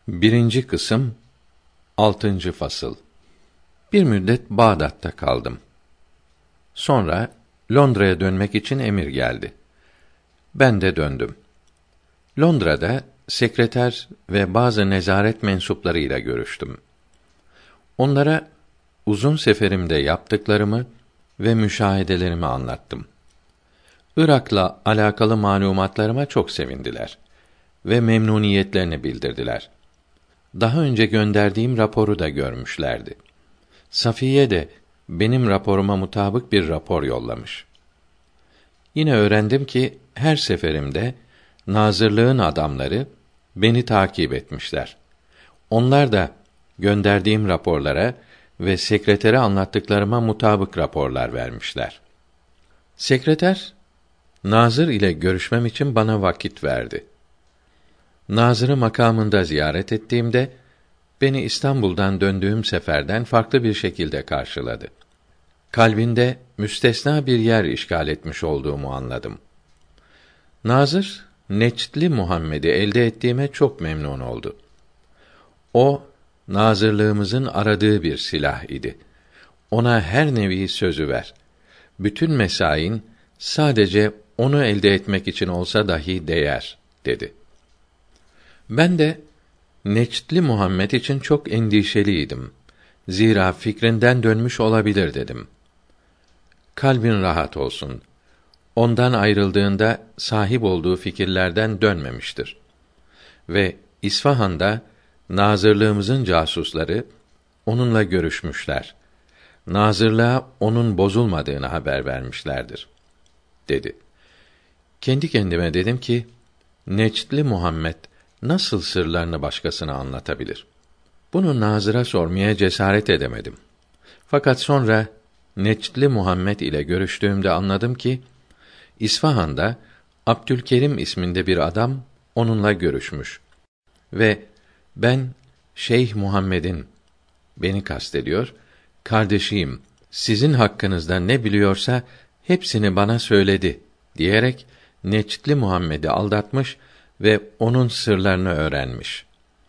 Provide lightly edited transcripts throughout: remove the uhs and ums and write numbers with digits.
Birinci kısım, 6. fasıl. Bir müddet Bağdat'ta kaldım. Sonra Londra'ya dönmek için emir geldi. Ben de döndüm. Londra'da sekreter ve bazı nezaret mensuplarıyla görüştüm. Onlara uzun seferimde yaptıklarımı ve müşahedelerimi anlattım. Irak'la alakalı malumatlarıma çok sevindiler ve memnuniyetlerini bildirdiler. Daha önce gönderdiğim raporu da görmüşlerdi. Safiye de benim raporuma mutabık bir rapor yollamış. Yine öğrendim ki her seferimde nazırlığın adamları beni takip etmişler. Onlar da gönderdiğim raporlara ve sekretere anlattıklarıma mutabık raporlar vermişler. Sekreter, nazır ile görüşmem için bana vakit verdi. Nazırı makamında ziyaret ettiğimde, beni İstanbul'dan döndüğüm seferden farklı bir şekilde karşıladı. Kalbinde müstesna bir yer işgal etmiş olduğumu anladım. Nazır, Neçtli Muhammed'i elde ettiğime çok memnun oldu. O, nazırlığımızın aradığı bir silah idi. Ona her nevi sözü ver. Bütün mesain, sadece onu elde etmek için olsa dahi değer, dedi. Ben de, Neçtli Muhammed için çok endişeliydim. Zira fikrinden dönmüş olabilir dedim. Kalbin rahat olsun. Ondan ayrıldığında sahip olduğu fikirlerden dönmemiştir. Ve İsfahan'da nazırlığımızın casusları onunla görüşmüşler. Nazırlığa onun bozulmadığını haber vermişlerdir, dedi. Kendi kendime dedim ki, Neçtli Muhammed nasıl sırlarını başkasına anlatabilir? Bunu nazıra sormaya cesaret edemedim. Fakat sonra Neçtli Muhammed ile görüştüğümde anladım ki, İsfahan'da Abdülkerim isminde bir adam onunla görüşmüş ve ben Şeyh Muhammed'in, beni kastediyor, kardeşiyim, sizin hakkınızda ne biliyorsa hepsini bana söyledi diyerek Neçtli Muhammed'i aldatmış ve onun sırlarını öğrenmiş.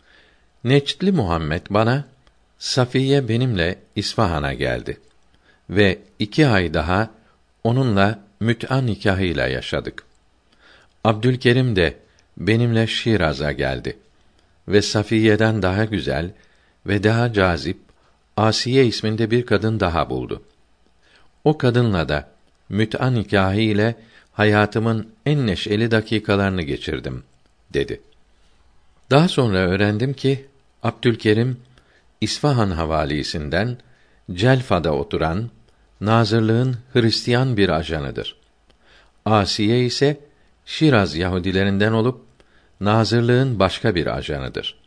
Neçtli Muhammed bana, Safiye benimle İsfahan'a geldi ve 2 ay daha onunla müt'a nikahıyla yaşadık. Abdülkerim de benimle Şiraz'a geldi ve Safiye'den daha güzel ve daha cazip Asiye isminde bir kadın daha buldu. O kadınla da müt'a nikahı ile hayatımın en neşeli dakikalarını geçirdim, dedi. Daha sonra öğrendim ki Abdülkerim İsfahan havalisinden Celfa'da oturan nazırlığın Hristiyan bir ajanıdır. Asiye ise Şiraz Yahudilerinden olup nazırlığın başka bir ajanıdır.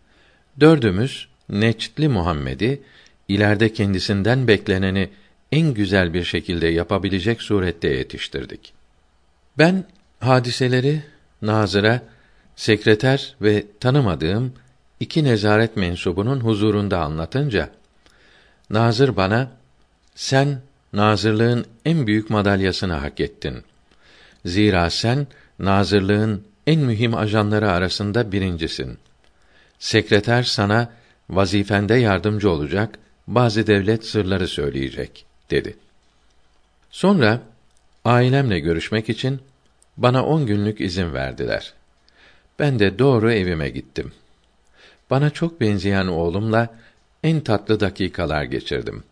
Dördümüz Neçtli Muhammed'i ileride kendisinden bekleneni en güzel bir şekilde yapabilecek surette yetiştirdik. Ben hadiseleri nazıra, sekreter ve tanımadığım 2 nezaret mensubunun huzurunda anlatınca, nazır bana, sen nazırlığın en büyük madalyasını hak ettin. Zira sen nazırlığın en mühim ajanları arasında birincisin. Sekreter sana vazifende yardımcı olacak, bazı devlet sırları söyleyecek, dedi. Sonra ailemle görüşmek için bana 10 günlük izin verdiler. Ben de doğru evime gittim. Bana çok benzeyen oğlumla en tatlı dakikalar geçirdim.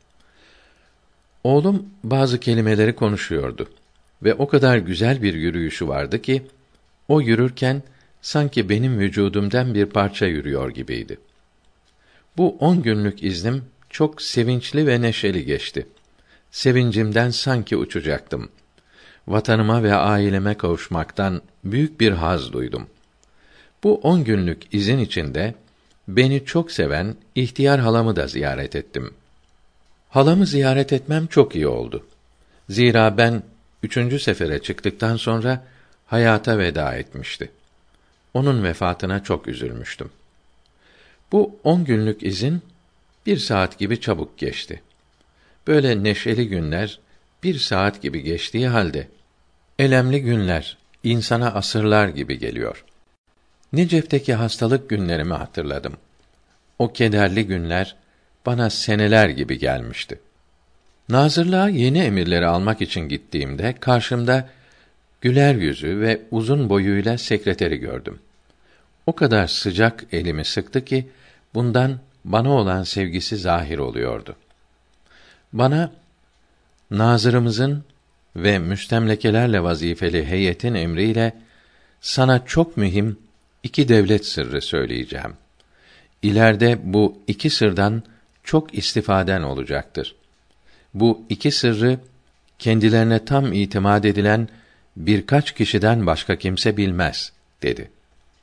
Oğlum bazı kelimeleri konuşuyordu ve o kadar güzel bir yürüyüşü vardı ki, o yürürken sanki benim vücudumdan bir parça yürüyor gibiydi. Bu 10 günlük iznim çok sevinçli ve neşeli geçti. Sevincimden sanki uçacaktım. Vatanıma ve aileme kavuşmaktan büyük bir haz duydum. Bu 10 günlük izin içinde beni çok seven ihtiyar halamı da ziyaret ettim. Halamı ziyaret etmem çok iyi oldu. Zira ben 3. sefere çıktıktan sonra hayata veda etmişti. Onun vefatına çok üzülmüştüm. Bu 10 günlük izin 1 saat gibi çabuk geçti. Böyle neşeli günler 1 saat gibi geçtiği halde, elemli günler insana asırlar gibi geliyor. Necef'teki hastalık günlerimi hatırladım. O kederli günler bana seneler gibi gelmişti. Nazırlığa yeni emirleri almak için gittiğimde karşımda güler yüzü ve uzun boyuyla sekreteri gördüm. O kadar sıcak elimi sıktı ki bundan bana olan sevgisi zahir oluyordu. Bana nazırımızın ve müstemlekelerle vazifeli heyetin emriyle sana çok mühim 2 devlet sırrı söyleyeceğim. İleride bu 2 sırdan çok istifaden olacaktır. Bu 2 sırrı kendilerine tam itimat edilen birkaç kişiden başka kimse bilmez, dedi.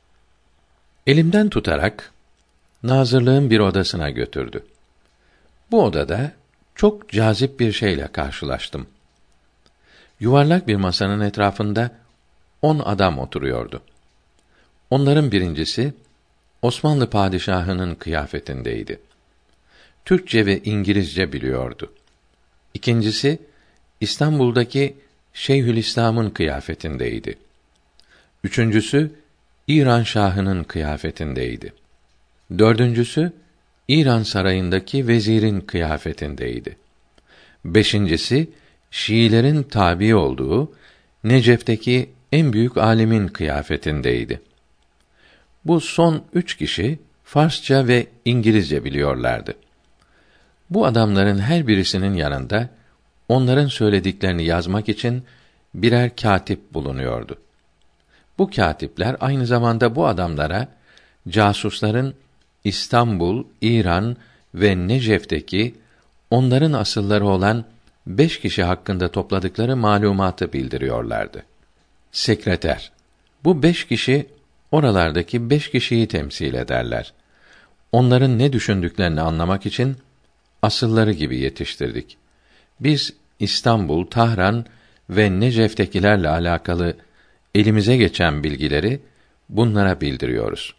Elimden tutarak nazırlığın bir odasına götürdü. Bu odada çok cazip bir şeyle karşılaştım. Yuvarlak bir masanın etrafında 10 adam oturuyordu. Onların birincisi Osmanlı padişahının kıyafetindeydi. Türkçe ve İngilizce biliyordu. İkincisi İstanbul'daki Şeyhülislam'ın kıyafetindeydi. Üçüncüsü İran şahının kıyafetindeydi. Dördüncüsü İran sarayındaki vezirin kıyafetindeydi. Beşincisi Şiilerin tabi olduğu Necef'teki en büyük alimin kıyafetindeydi. Bu son 3 kişi Farsça ve İngilizce biliyorlardı. Bu adamların her birisinin yanında onların söylediklerini yazmak için birer kâtip bulunuyordu. Bu kâtipler aynı zamanda bu adamlara casusların İstanbul, İran ve Necef'teki onların asılları olan 5 kişi hakkında topladıkları malumatı bildiriyorlardı. Sekreter, bu 5 kişi oralardaki 5 kişiyi temsil ederler. Onların ne düşündüklerini anlamak için asılları gibi yetiştirdik. Biz İstanbul, Tahran ve Necef'tekilerle alakalı elimize geçen bilgileri bunlara bildiriyoruz.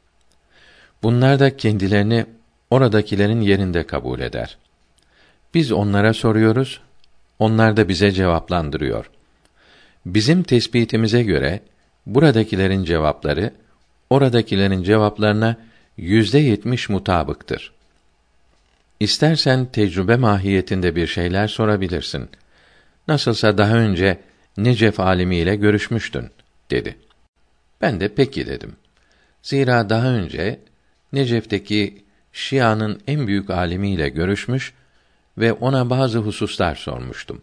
Bunlar da kendilerini oradakilerin yerinde kabul eder. Biz onlara soruyoruz, onlar da bize cevaplandırıyor. Bizim tespitimize göre buradakilerin cevapları oradakilerin cevaplarına %70 mutabıktır. İstersen tecrübe mahiyetinde bir şeyler sorabilirsin. Nasılsa daha önce Necef alimiyle görüşmüştün, dedi. Ben de peki dedim. Zira daha önce Necef'teki Şia'nın en büyük alimiyle görüşmüş ve ona bazı hususlar sormuştum.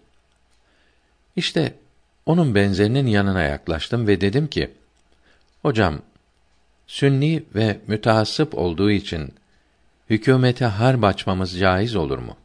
İşte onun benzerinin yanına yaklaştım ve dedim ki, hocam, Sünni ve mütehassıp olduğu için hükümete harp açmamız caiz olur mu?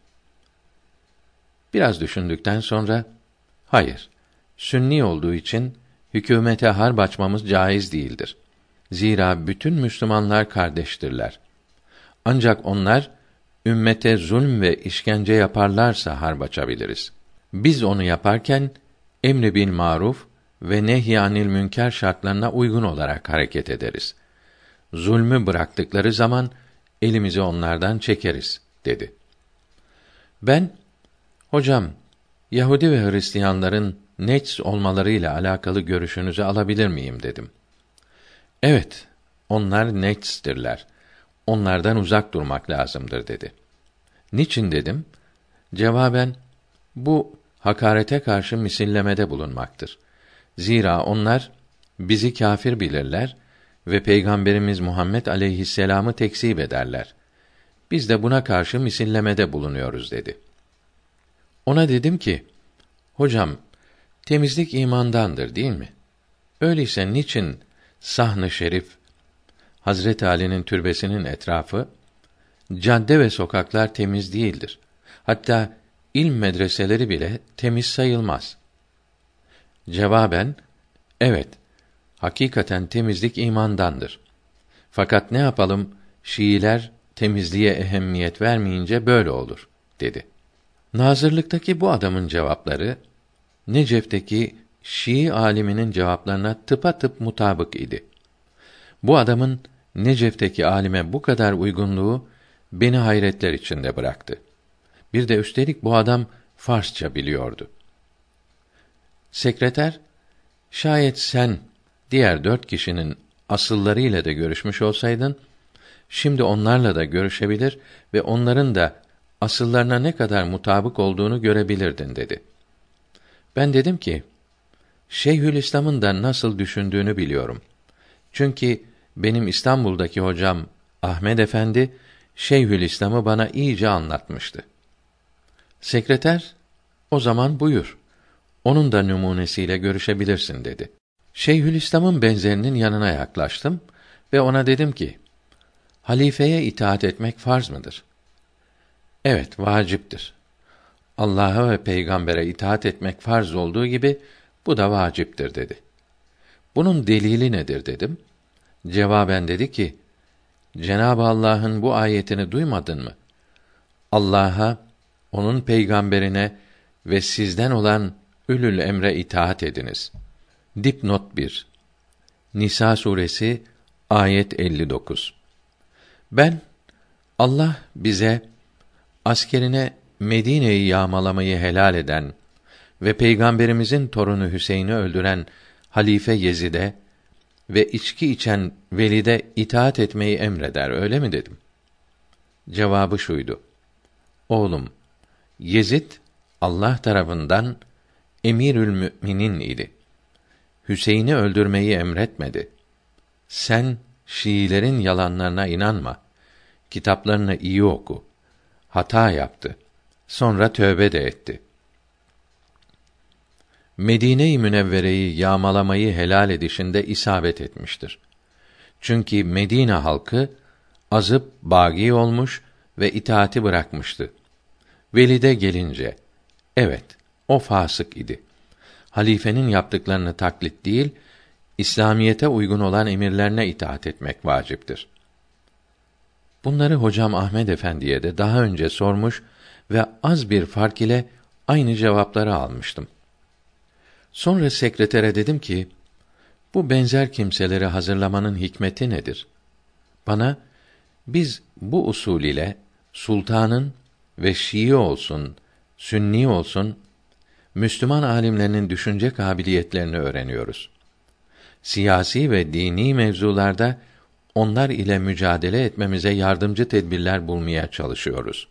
Biraz düşündükten sonra, hayır, Sünni olduğu için hükümete harp açmamız caiz değildir. Zira bütün Müslümanlar kardeştirler. Ancak onlar ümmete zulm ve işkence yaparlarsa harp açabiliriz. Biz onu yaparken emri bil maruf ve nehyanil münker şartlarına uygun olarak hareket ederiz. Zulmü bıraktıkları zaman elimizi onlardan çekeriz, dedi. Ben, hocam, Yahudi ve Hristiyanların necs olmalarıyla alakalı görüşünüzü alabilir miyim, dedim. Evet, onlar necs'tirler. Onlardan uzak durmak lazımdır, dedi. Niçin, dedim. Cevaben, bu hakarete karşı misillemede bulunmaktır. Zira onlar bizi kâfir bilirler ve Peygamberimiz Muhammed aleyhisselam'ı tekzip ederler. Biz de buna karşı misillemede bulunuyoruz, dedi. Ona dedim ki, hocam, temizlik imandandır, değil mi? Öyleyse niçin Sahn-ı Şerif, Hazret Ali'nin türbesinin etrafı, cadde ve sokaklar temiz değildir. Hatta ilm medreseleri bile temiz sayılmaz. Cevaben, evet, hakikaten temizlik imandandır. Fakat ne yapalım, Şiiler temizliğe ehemmiyet vermeyince böyle olur, dedi. Nazırlıktaki bu adamın cevapları, Necef'teki Şii aliminin cevaplarına tıpatıp mutabık idi. Bu adamın Necef'teki alime bu kadar uygunluğu beni hayretler içinde bıraktı. Bir de üstelik bu adam Farsça biliyordu. Sekreter, şayet sen diğer 4 kişinin asıllarıyla da görüşmüş olsaydın, şimdi onlarla da görüşebilir ve onların da asıllarına ne kadar mutabık olduğunu görebilirdin dedi. Ben dedim ki, Şeyhülislam'ın da nasıl düşündüğünü biliyorum. Çünkü benim İstanbul'daki hocam Ahmed Efendi, Şeyhülislam'ı bana iyice anlatmıştı. Sekreter, o zaman buyur, onun da numunesiyle görüşebilirsin dedi. Şeyhülislam'ın benzerinin yanına yaklaştım ve ona dedim ki, halifeye itaat etmek farz mıdır? Evet, vaciptir. Allah'a ve peygambere itaat etmek farz olduğu gibi, bu da vaciptir dedi. Bunun delili nedir dedim. Cevaben dedi ki, Cenab-ı Allah'ın bu ayetini duymadın mı? Allah'a, onun peygamberine ve sizden olan ülül emre itaat ediniz. Dipnot 1. Nisa suresi ayet 59. Ben, Allah bize askerine Medine'yi yağmalamayı helal eden ve peygamberimizin torunu Hüseyin'i öldüren halife Yezid'e ve içki içen Velid'e itaat etmeyi emreder, öyle mi dedim. Cevabı şuydu: Oğlum, Yezid Allah tarafından Emirül Müminin idi. Hüseyin'i öldürmeyi emretmedi. Sen Şiilerin yalanlarına inanma. Kitaplarını iyi oku. Hata yaptı. Sonra tövbe de etti. Medine-i Münevvere'yi yağmalamayı helal edişinde isabet etmiştir. Çünkü Medine halkı azıp bâgî olmuş ve itaati bırakmıştı. Velid'e gelince, evet, o fasık idi. Halifenin yaptıklarını taklit değil, İslamiyete uygun olan emirlerine itaat etmek vaciptir. Bunları hocam Ahmed Efendi'ye de daha önce sormuş ve az bir fark ile aynı cevapları almıştım. Sonra sekretere dedim ki, bu benzer kimseleri hazırlamanın hikmeti nedir? Bana, biz bu usul ile sultanın ve Şii olsun, Sünni olsun, Müslüman âlimlerinin düşünce kabiliyetlerini öğreniyoruz. Siyasi ve dini mevzularda onlar ile mücadele etmemize yardımcı tedbirler bulmaya çalışıyoruz.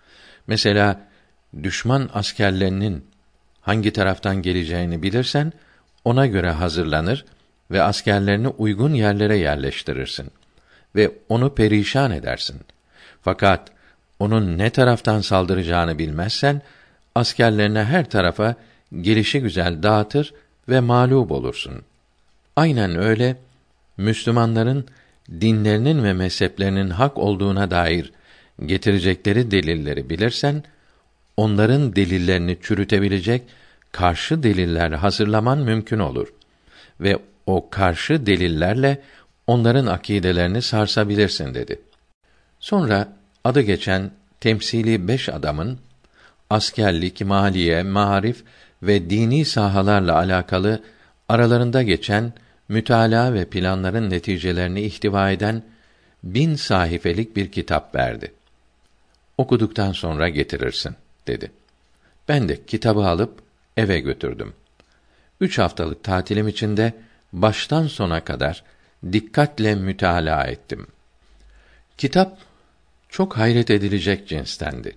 Mesela düşman askerlerinin hangi taraftan geleceğini bilirsen, ona göre hazırlanır ve askerlerini uygun yerlere yerleştirirsin ve onu perişan edersin. Fakat onun ne taraftan saldıracağını bilmezsen, askerlerine her tarafa gelişigüzel dağıtır ve mağlup olursun. Aynen öyle, Müslümanların dinlerinin ve mezheplerinin hak olduğuna dair getirecekleri delilleri bilirsen, onların delillerini çürütebilecek karşı deliller hazırlaman mümkün olur ve o karşı delillerle onların akîdelerini sarsabilirsin dedi. Sonra adı geçen temsili 5 adamın askerlik, maliye, maarif ve dini sahalarla alakalı aralarında geçen mütalaa ve planların neticelerini ihtiva eden 1000 sahifelik bir kitap verdi. Okuduktan sonra getirirsin dedi. Ben de kitabı alıp eve götürdüm. 3 haftalık tatilim içinde baştan sona kadar dikkatle mütalaa ettim. Kitap çok hayret edilecek cinstendi.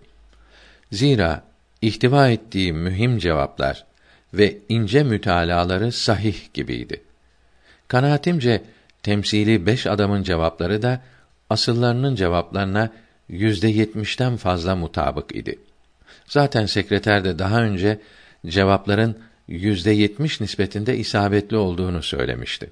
Zira ihtiva ettiği mühim cevaplar ve ince mütalaaları sahih gibiydi. Kanaatimce temsili 5 adamın cevapları da asıllarının cevaplarına %70'ten fazla mutabık idi. Zaten sekreter de daha önce cevapların %70 nispetinde isabetli olduğunu söylemişti.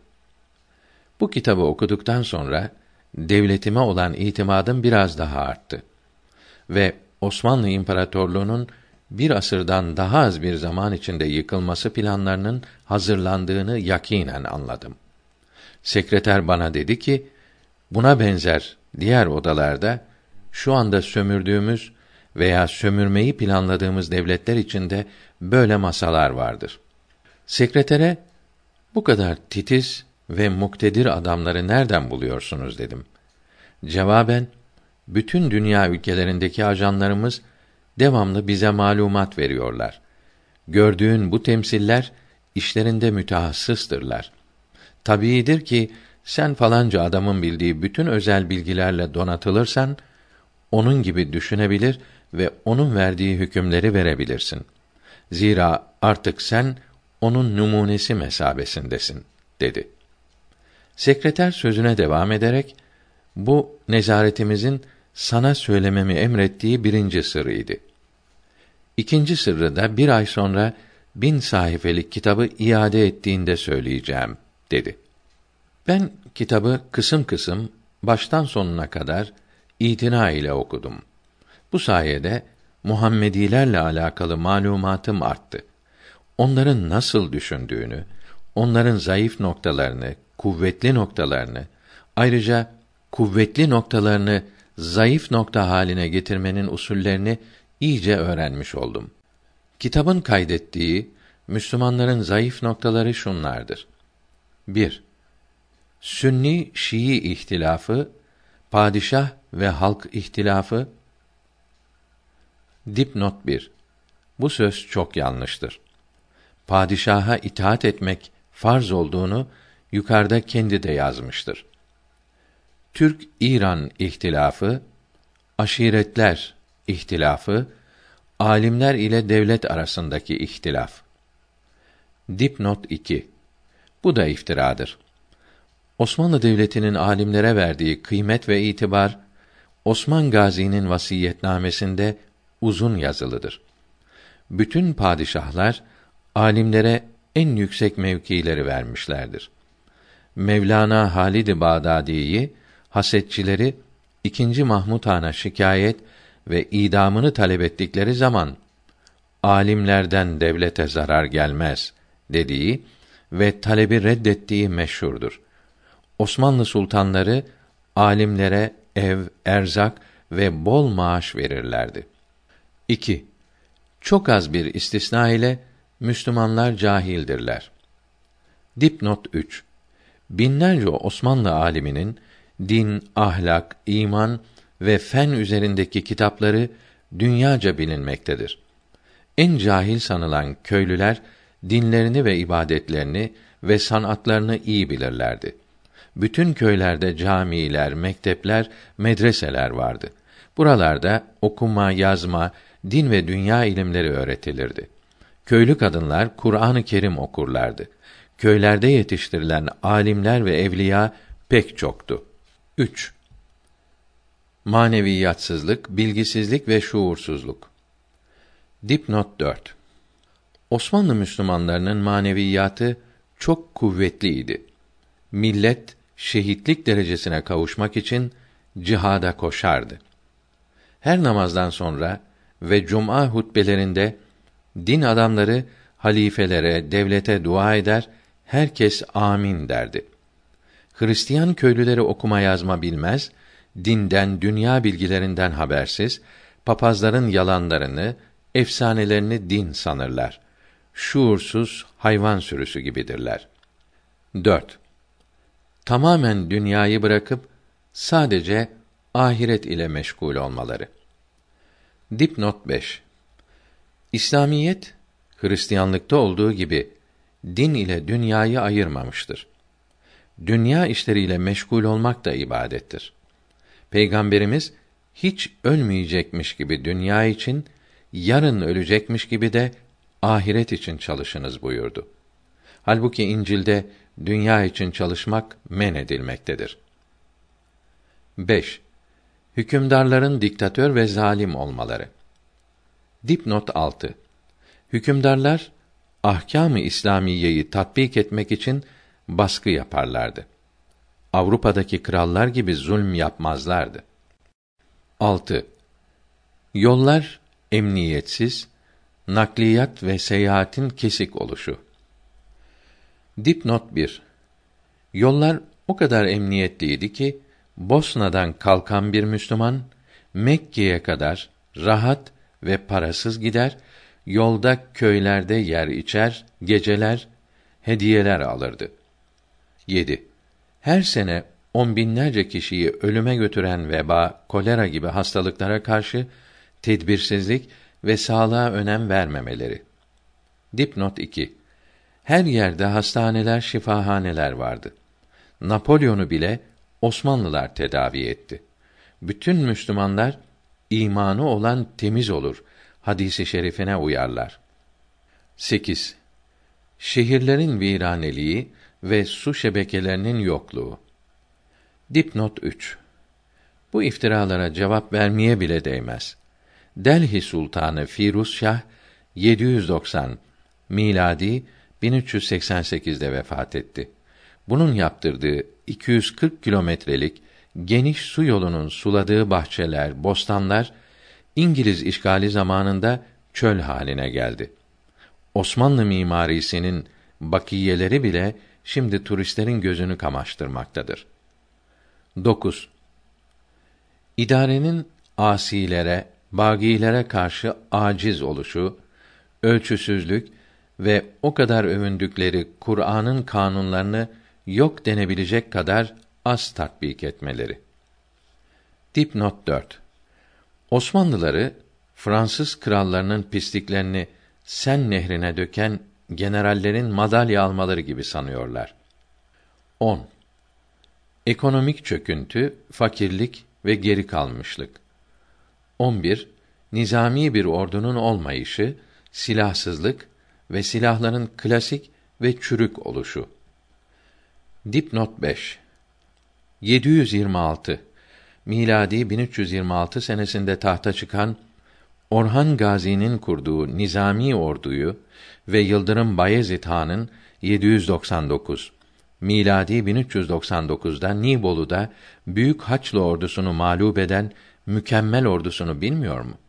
Bu kitabı okuduktan sonra devletime olan itimadım biraz daha arttı ve Osmanlı İmparatorluğu'nun bir asırdan daha az bir zaman içinde yıkılması planlarının hazırlandığını yakînen anladım. Sekreter bana dedi ki, buna benzer diğer odalarda şu anda sömürdüğümüz veya sömürmeyi planladığımız devletler içinde böyle masalar vardır. Sekretere, bu kadar titiz ve muktedir adamları nereden buluyorsunuz dedim. Cevaben, bütün dünya ülkelerindeki ajanlarımız devamlı bize malumat veriyorlar. Gördüğün bu temsiller işlerinde mütehassıstırlar. Tabiidir ki sen falanca adamın bildiği bütün özel bilgilerle donatılırsan, onun gibi düşünebilir ve onun verdiği hükümleri verebilirsin. Zira artık sen onun numunesi mesabesindesin, dedi. Sekreter sözüne devam ederek, bu nezaretimizin sana söylememi emrettiği birinci sırrıydı. İkinci sırrı da bir ay sonra 1000 sayfelik kitabı iade ettiğinde söyleyeceğim, dedi. Ben kitabı kısım kısım, baştan sonuna kadar itina ile okudum. Bu sayede Muhammedilerle alakalı malumatım arttı. Onların nasıl düşündüğünü, onların zayıf noktalarını, kuvvetli noktalarını, ayrıca kuvvetli noktalarını zayıf nokta haline getirmenin usullerini iyice öğrenmiş oldum. Kitabın kaydettiği Müslümanların zayıf noktaları şunlardır: 1. Sünni Şii ihtilafı, padişah ve halk ihtilafı. Dipnot 1. Bu söz çok yanlıştır. Padişaha itaat etmek farz olduğunu yukarıda kendi de yazmıştır. Türk-İran ihtilafı, aşiretler ihtilafı, alimler ile devlet arasındaki ihtilaf. Dipnot 2. Bu da iftiradır. Osmanlı Devleti'nin alimlere verdiği kıymet ve itibar, Osman Gazi'nin vasiyetnamesinde uzun yazılıdır. Bütün padişahlar alimlere en yüksek mevkileri vermişlerdir. Mevlana Halid-i Bağdadi'yi hasetçileri 2. Mahmud Han'a şikayet ve idamını talep ettikleri zaman alimlerden devlete zarar gelmez dediği ve talebi reddettiği meşhurdur. Osmanlı sultanları alimlere ev, erzak ve bol maaş verirlerdi. 2. Çok az bir istisna ile Müslümanlar cahildirler. Dipnot 3. Binlerce Osmanlı aliminin din, ahlak, iman ve fen üzerindeki kitapları dünyaca bilinmektedir. En cahil sanılan köylüler dinlerini ve ibadetlerini ve sanatlarını iyi bilirlerdi. Bütün köylerde camiler, mektepler, medreseler vardı. Buralarda okuma, yazma, din ve dünya ilimleri öğretilirdi. Köylü kadınlar Kur'an-ı Kerim okurlardı. Köylerde yetiştirilen alimler ve evliya pek çoktu. 3. Maneviyatsızlık, bilgisizlik ve şuursuzluk. Dipnot 4. Osmanlı Müslümanlarının maneviyatı çok kuvvetliydi. Millet şehitlik derecesine kavuşmak için cihada koşardı. Her namazdan sonra ve cuma hutbelerinde din adamları halifelere, devlete dua eder, herkes amin derdi. Hristiyan köylüleri okuma yazma bilmez, dinden, dünya bilgilerinden habersiz, papazların yalanlarını, efsanelerini din sanırlar. Şuursuz hayvan sürüsü gibidirler. 4. Tamamen dünyayı bırakıp sadece ahiret ile meşgul olmaları. Dipnot 5. İslamiyet Hristiyanlıkta olduğu gibi din ile dünyayı ayırmamıştır. Dünya işleriyle meşgul olmak da ibadettir. Peygamberimiz hiç ölmeyecekmiş gibi dünya için, yarın ölecekmiş gibi de ahiret için çalışınız buyurdu. Halbuki İncil'de dünya için çalışmak men edilmektedir. 5. Hükümdarların diktatör ve zalim olmaları. Dipnot 6. Hükümdarlar ahkâm-ı İslamiyeyi tatbik etmek için baskı yaparlardı. Avrupa'daki krallar gibi zulm yapmazlardı. 6. Yollar emniyetsiz, nakliyat ve seyahatin kesik oluşu. Dipnot 1. Yollar o kadar emniyetliydi ki Bosna'dan kalkan bir Müslüman Mekke'ye kadar rahat ve parasız gider, yolda köylerde yer içer, geceler, hediyeler alırdı. 7. Her sene 10 binlerce kişiyi ölüme götüren veba, kolera gibi hastalıklara karşı tedbirsizlik ve sağlığa önem vermemeleri. Dipnot 2. Her yerde hastaneler, şifahaneler vardı. Napolyon'u bile Osmanlılar tedavi etti. Bütün Müslümanlar imanı olan temiz olur hadisi şerifine uyarlar. 8. Şehirlerin viraneliği ve su şebekelerinin yokluğu. Dipnot 3. Bu iftiralara cevap vermeye bile değmez. Delhi Sultanı Firuzşah 790 miladi 1388'de vefat etti. Bunun yaptırdığı 240 kilometrelik geniş su yolunun suladığı bahçeler, bostanlar İngiliz işgali zamanında çöl haline geldi. Osmanlı mimarisinin bakiyeleri bile şimdi turistlerin gözünü kamaştırmaktadır. 9. İdarenin asilere, bagilere karşı aciz oluşu, ölçüsüzlük ve o kadar övündükleri Kur'an'ın kanunlarını yok denebilecek kadar az tatbik etmeleri. Dipnot 4. Osmanlıları Fransız krallarının pisliklerini Sen nehrine döken generallerin madalya almaları gibi sanıyorlar. 10. Ekonomik çöküntü, fakirlik ve geri kalmışlık. 11. Nizami bir ordunun olmayışı, silahsızlık ve silahların klasik ve çürük oluşu. Dipnot 5. 726 miladi 1326 senesinde tahta çıkan Orhan Gazi'nin kurduğu nizami orduyu ve Yıldırım Bayezid Han'ın 799 miladi 1399'da Nibolu'da Büyük Haçlı ordusunu mağlup eden mükemmel ordusunu bilmiyor mu?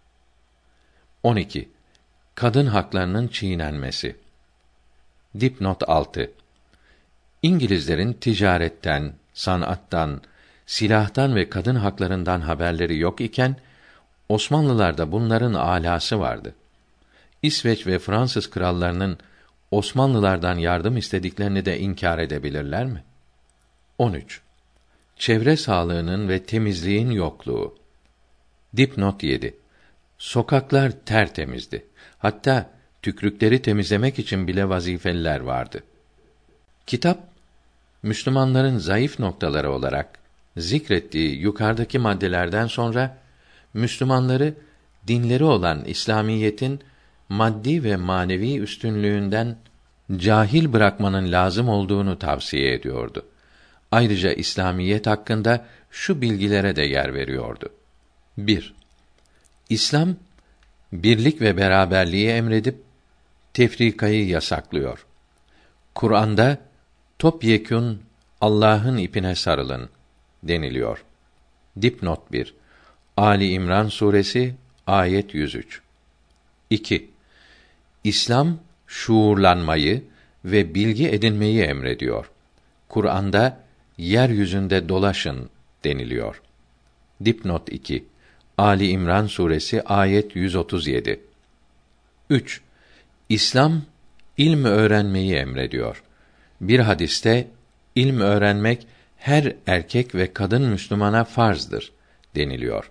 12. Kadın haklarının çiğnenmesi. Dipnot 6. İngilizlerin ticaretten, sanattan, silahtan ve kadın haklarından haberleri yok iken Osmanlılarda bunların alası vardı. İsveç ve Fransız krallarının Osmanlılardan yardım istediklerini de inkar edebilirler mi? 13. Çevre sağlığının ve temizliğin yokluğu. Dipnot 7. Sokaklar tertemizdi. Hatta tükrükleri temizlemek için bile vazifeliler vardı. Kitap, Müslümanların zayıf noktaları olarak zikrettiği yukarıdaki maddelerden sonra Müslümanları dinleri olan İslamiyetin maddi ve manevi üstünlüğünden cahil bırakmanın lazım olduğunu tavsiye ediyordu. Ayrıca İslamiyet hakkında şu bilgilere de yer veriyordu. 1. İslam birlik ve beraberliği emredip tefrikayı yasaklıyor. Kur'an'da topyekün Allah'ın ipine sarılın deniliyor. Dipnot 1. Ali İmran suresi ayet 103. 2. İslam şuurlanmayı ve bilgi edinmeyi emrediyor. Kur'an'da yeryüzünde dolaşın deniliyor. Dipnot 2. Ali İmran suresi ayet 137. 3. İslam ilm öğrenmeyi emrediyor. Bir hadiste ilm öğrenmek her erkek ve kadın Müslümana farzdır deniliyor.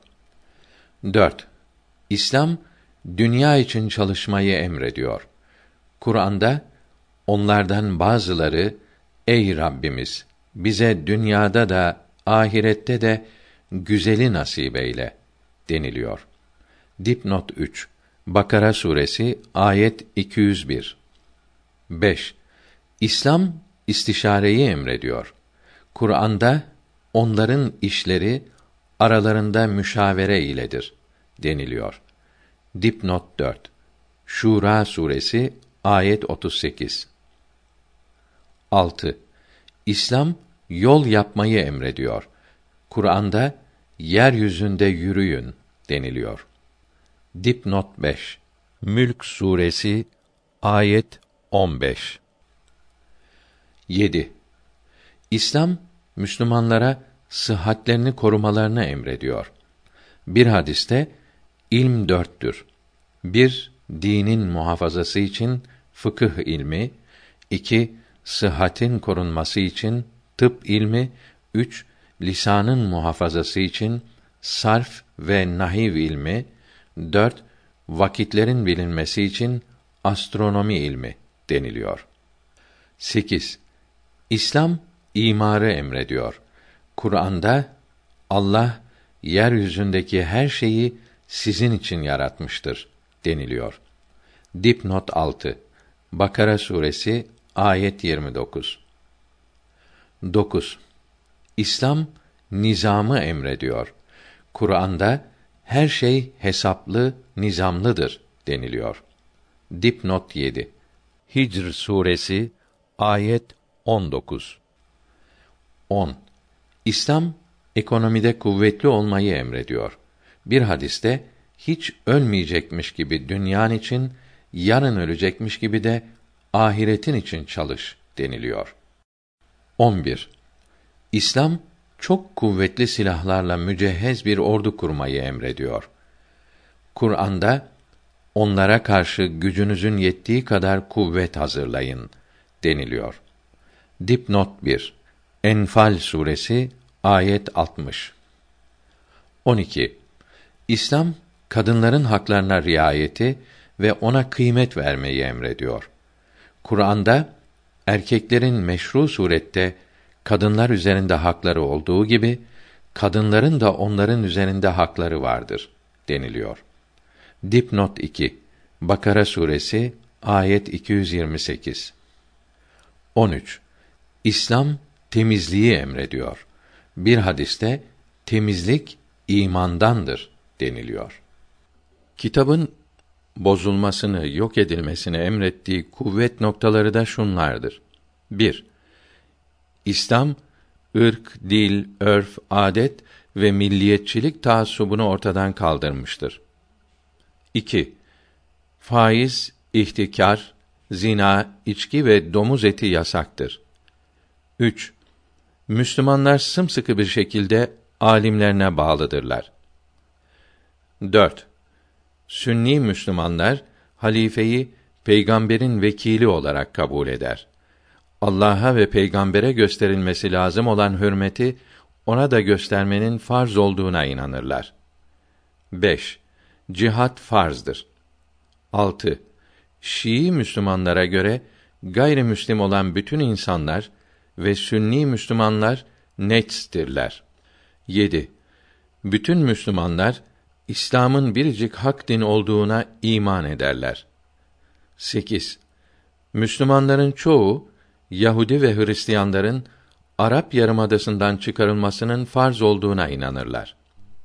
4. İslam dünya için çalışmayı emrediyor. Kur'an'da onlardan bazıları ey Rabbimiz bize dünyada da ahirette de güzeli nasip eyle deniliyor. Dipnot 3. Bakara suresi ayet 201. 5. İslam istişareyi emrediyor. Kur'an'da onların işleri aralarında müşavere iledir deniliyor. Dipnot 4. Şura suresi ayet 38. 6. İslam yol yapmayı emrediyor. Kur'an'da yeryüzünde yürüyün deniliyor. Dipnot 5. Mülk suresi ayet 15. 7. İslam Müslümanlara sıhhatlerini korumalarını emrediyor. Bir hadiste ilm dörttür. 1. Dinin muhafazası için fıkıh ilmi, 2. Sıhhatin korunması için tıp ilmi, 3. Lisanın muhafazası için sarf ve nahiv ilmi, 4. Vakitlerin bilinmesi için astronomi ilmi deniliyor. 8. İslam imarı emrediyor. Kur'an'da Allah yeryüzündeki her şeyi sizin için yaratmıştır deniliyor. Dipnot 6. Bakara suresi ayet 29. 9. İslam nizamı emrediyor. Kur'an'da her şey hesaplı, nizamlıdır deniliyor. Dipnot 7. Hicr suresi ayet 19. 10. İslam ekonomide kuvvetli olmayı emrediyor. Bir hadiste hiç ölmeyecekmiş gibi dünyan için, yarın ölecekmiş gibi de ahiretin için çalış deniliyor. 11. İslam çok kuvvetli silahlarla mücehhez bir ordu kurmayı emrediyor. Kur'an'da onlara karşı gücünüzün yettiği kadar kuvvet hazırlayın deniliyor. Dipnot 1. Enfal suresi ayet 60. 12. İslam kadınların haklarına riayeti ve ona kıymet vermeyi emrediyor. Kur'an'da erkeklerin meşru surette kadınlar üzerinde hakları olduğu gibi kadınların da onların üzerinde hakları vardır deniliyor. Dipnot 2. Bakara suresi ayet 228. 13. İslam temizliği emrediyor. Bir hadiste temizlik imandandır deniliyor. Kitabın bozulmasını, yok edilmesini emrettiği kuvvet noktaları da şunlardır. 1. İslam ırk, dil, örf, adet ve milliyetçilik taassubunu ortadan kaldırmıştır. 2. Faiz, ihtikar, zina, içki ve domuz eti yasaktır. 3. Müslümanlar sımsıkı bir şekilde alimlerine bağlıdırlar. 4. Sünni Müslümanlar halifeyi peygamberin vekili olarak kabul eder. Allah'a ve peygambere gösterilmesi lazım olan hürmeti ona da göstermenin farz olduğuna inanırlar. 5. Cihat farzdır. 6. Şii Müslümanlara göre gayrimüslim olan bütün insanlar ve Sünni Müslümanlar neçstirler. 7. Bütün Müslümanlar İslam'ın biricik hak din olduğuna iman ederler. 8. Müslümanların çoğu Yahudi ve Hristiyanların Arap Yarımadası'ndan çıkarılmasının farz olduğuna inanırlar.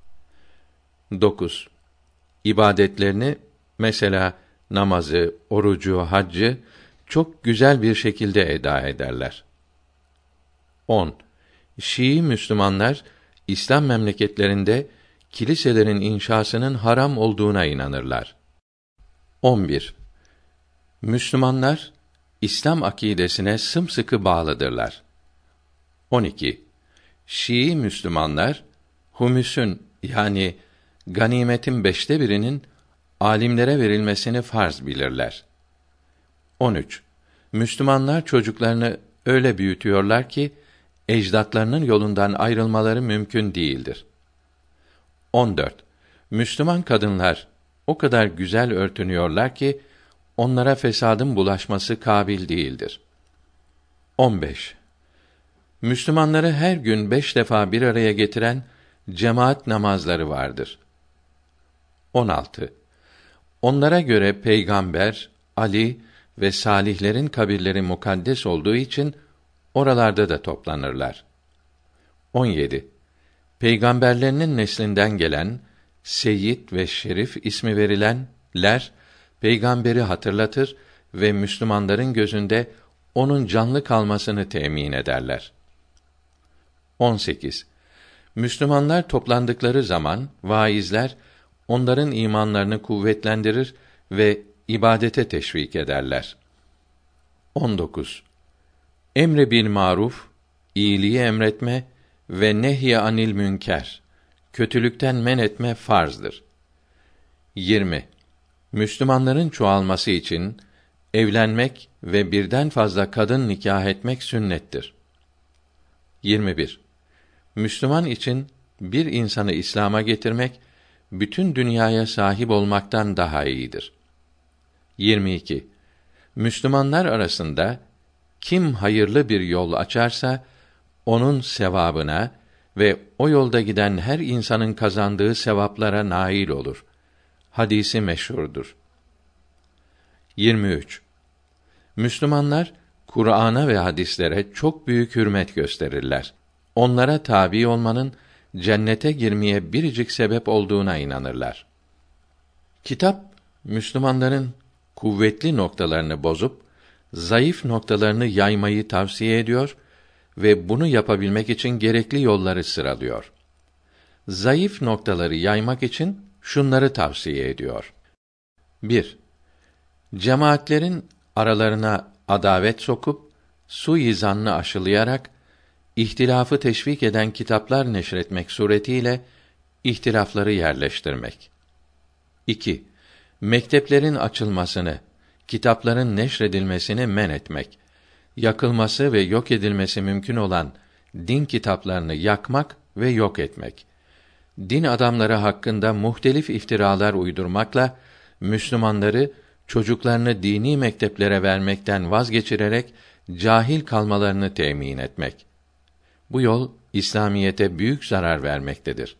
9. İbadetlerini, mesela namazı, orucu, haccı çok güzel bir şekilde eda ederler. 10. Şii Müslümanlar İslam memleketlerinde kiliselerin inşasının haram olduğuna inanırlar. 11. Müslümanlar İslam akîdesine sımsıkı bağlıdırlar. 12. Şii Müslümanlar humüsün, yani ganimetin 1/5'inin alimlere verilmesini farz bilirler. 13. Müslümanlar çocuklarını öyle büyütüyorlar ki ecdatlarının yolundan ayrılmaları mümkün değildir. 14. Müslüman kadınlar o kadar güzel örtünüyorlar ki onlara fesadın bulaşması kabil değildir. 15. Müslümanları her gün 5 defa bir araya getiren cemaat namazları vardır. 16. Onlara göre peygamber, Ali ve salihlerin kabirleri mukaddes olduğu için oralarda da toplanırlar. 17. Peygamberlerinin neslinden gelen Seyyid ve Şerif ismi verilenler peygamberi hatırlatır ve Müslümanların gözünde onun canlı kalmasını temin ederler. 18. Müslümanlar toplandıkları zaman vaizler onların imanlarını kuvvetlendirir ve ibadete teşvik ederler. 19. Emre bil maruf, iyiliği emretme ve nehy anil münker, kötülükten men etme farzdır. 20. Müslümanların çoğalması için evlenmek ve birden fazla kadın nikah etmek sünnettir. 21. Müslüman için bir insanı İslam'a getirmek bütün dünyaya sahip olmaktan daha iyidir. 22. Müslümanlar arasında kim hayırlı bir yol açarsa onun sevabına ve o yolda giden her insanın kazandığı sevaplara nail olur. Hadisi meşhurdur. 23. Müslümanlar Kur'an'a ve hadislere çok büyük hürmet gösterirler. Onlara tabi olmanın cennete girmeye biricik sebep olduğuna inanırlar. Kitap Müslümanların kuvvetli noktalarını bozup zayıf noktalarını yaymayı tavsiye ediyor ve bunu yapabilmek için gerekli yolları sıralıyor. Zayıf noktaları yaymak için şunları tavsiye ediyor. 1. Cemaatlerin aralarına adavet sokup suizanını aşılayarak ihtilafı teşvik eden kitaplar neşretmek suretiyle ihtilafları yerleştirmek. 2. Mekteplerin açılmasını, kitapların neşredilmesini men etmek, yakılması ve yok edilmesi mümkün olan din kitaplarını yakmak ve yok etmek. Din adamları hakkında muhtelif iftiralar uydurmakla Müslümanları çocuklarını dini mekteplere vermekten vazgeçirerek cahil kalmalarını temin etmek. Bu yol İslamiyete büyük zarar vermektedir.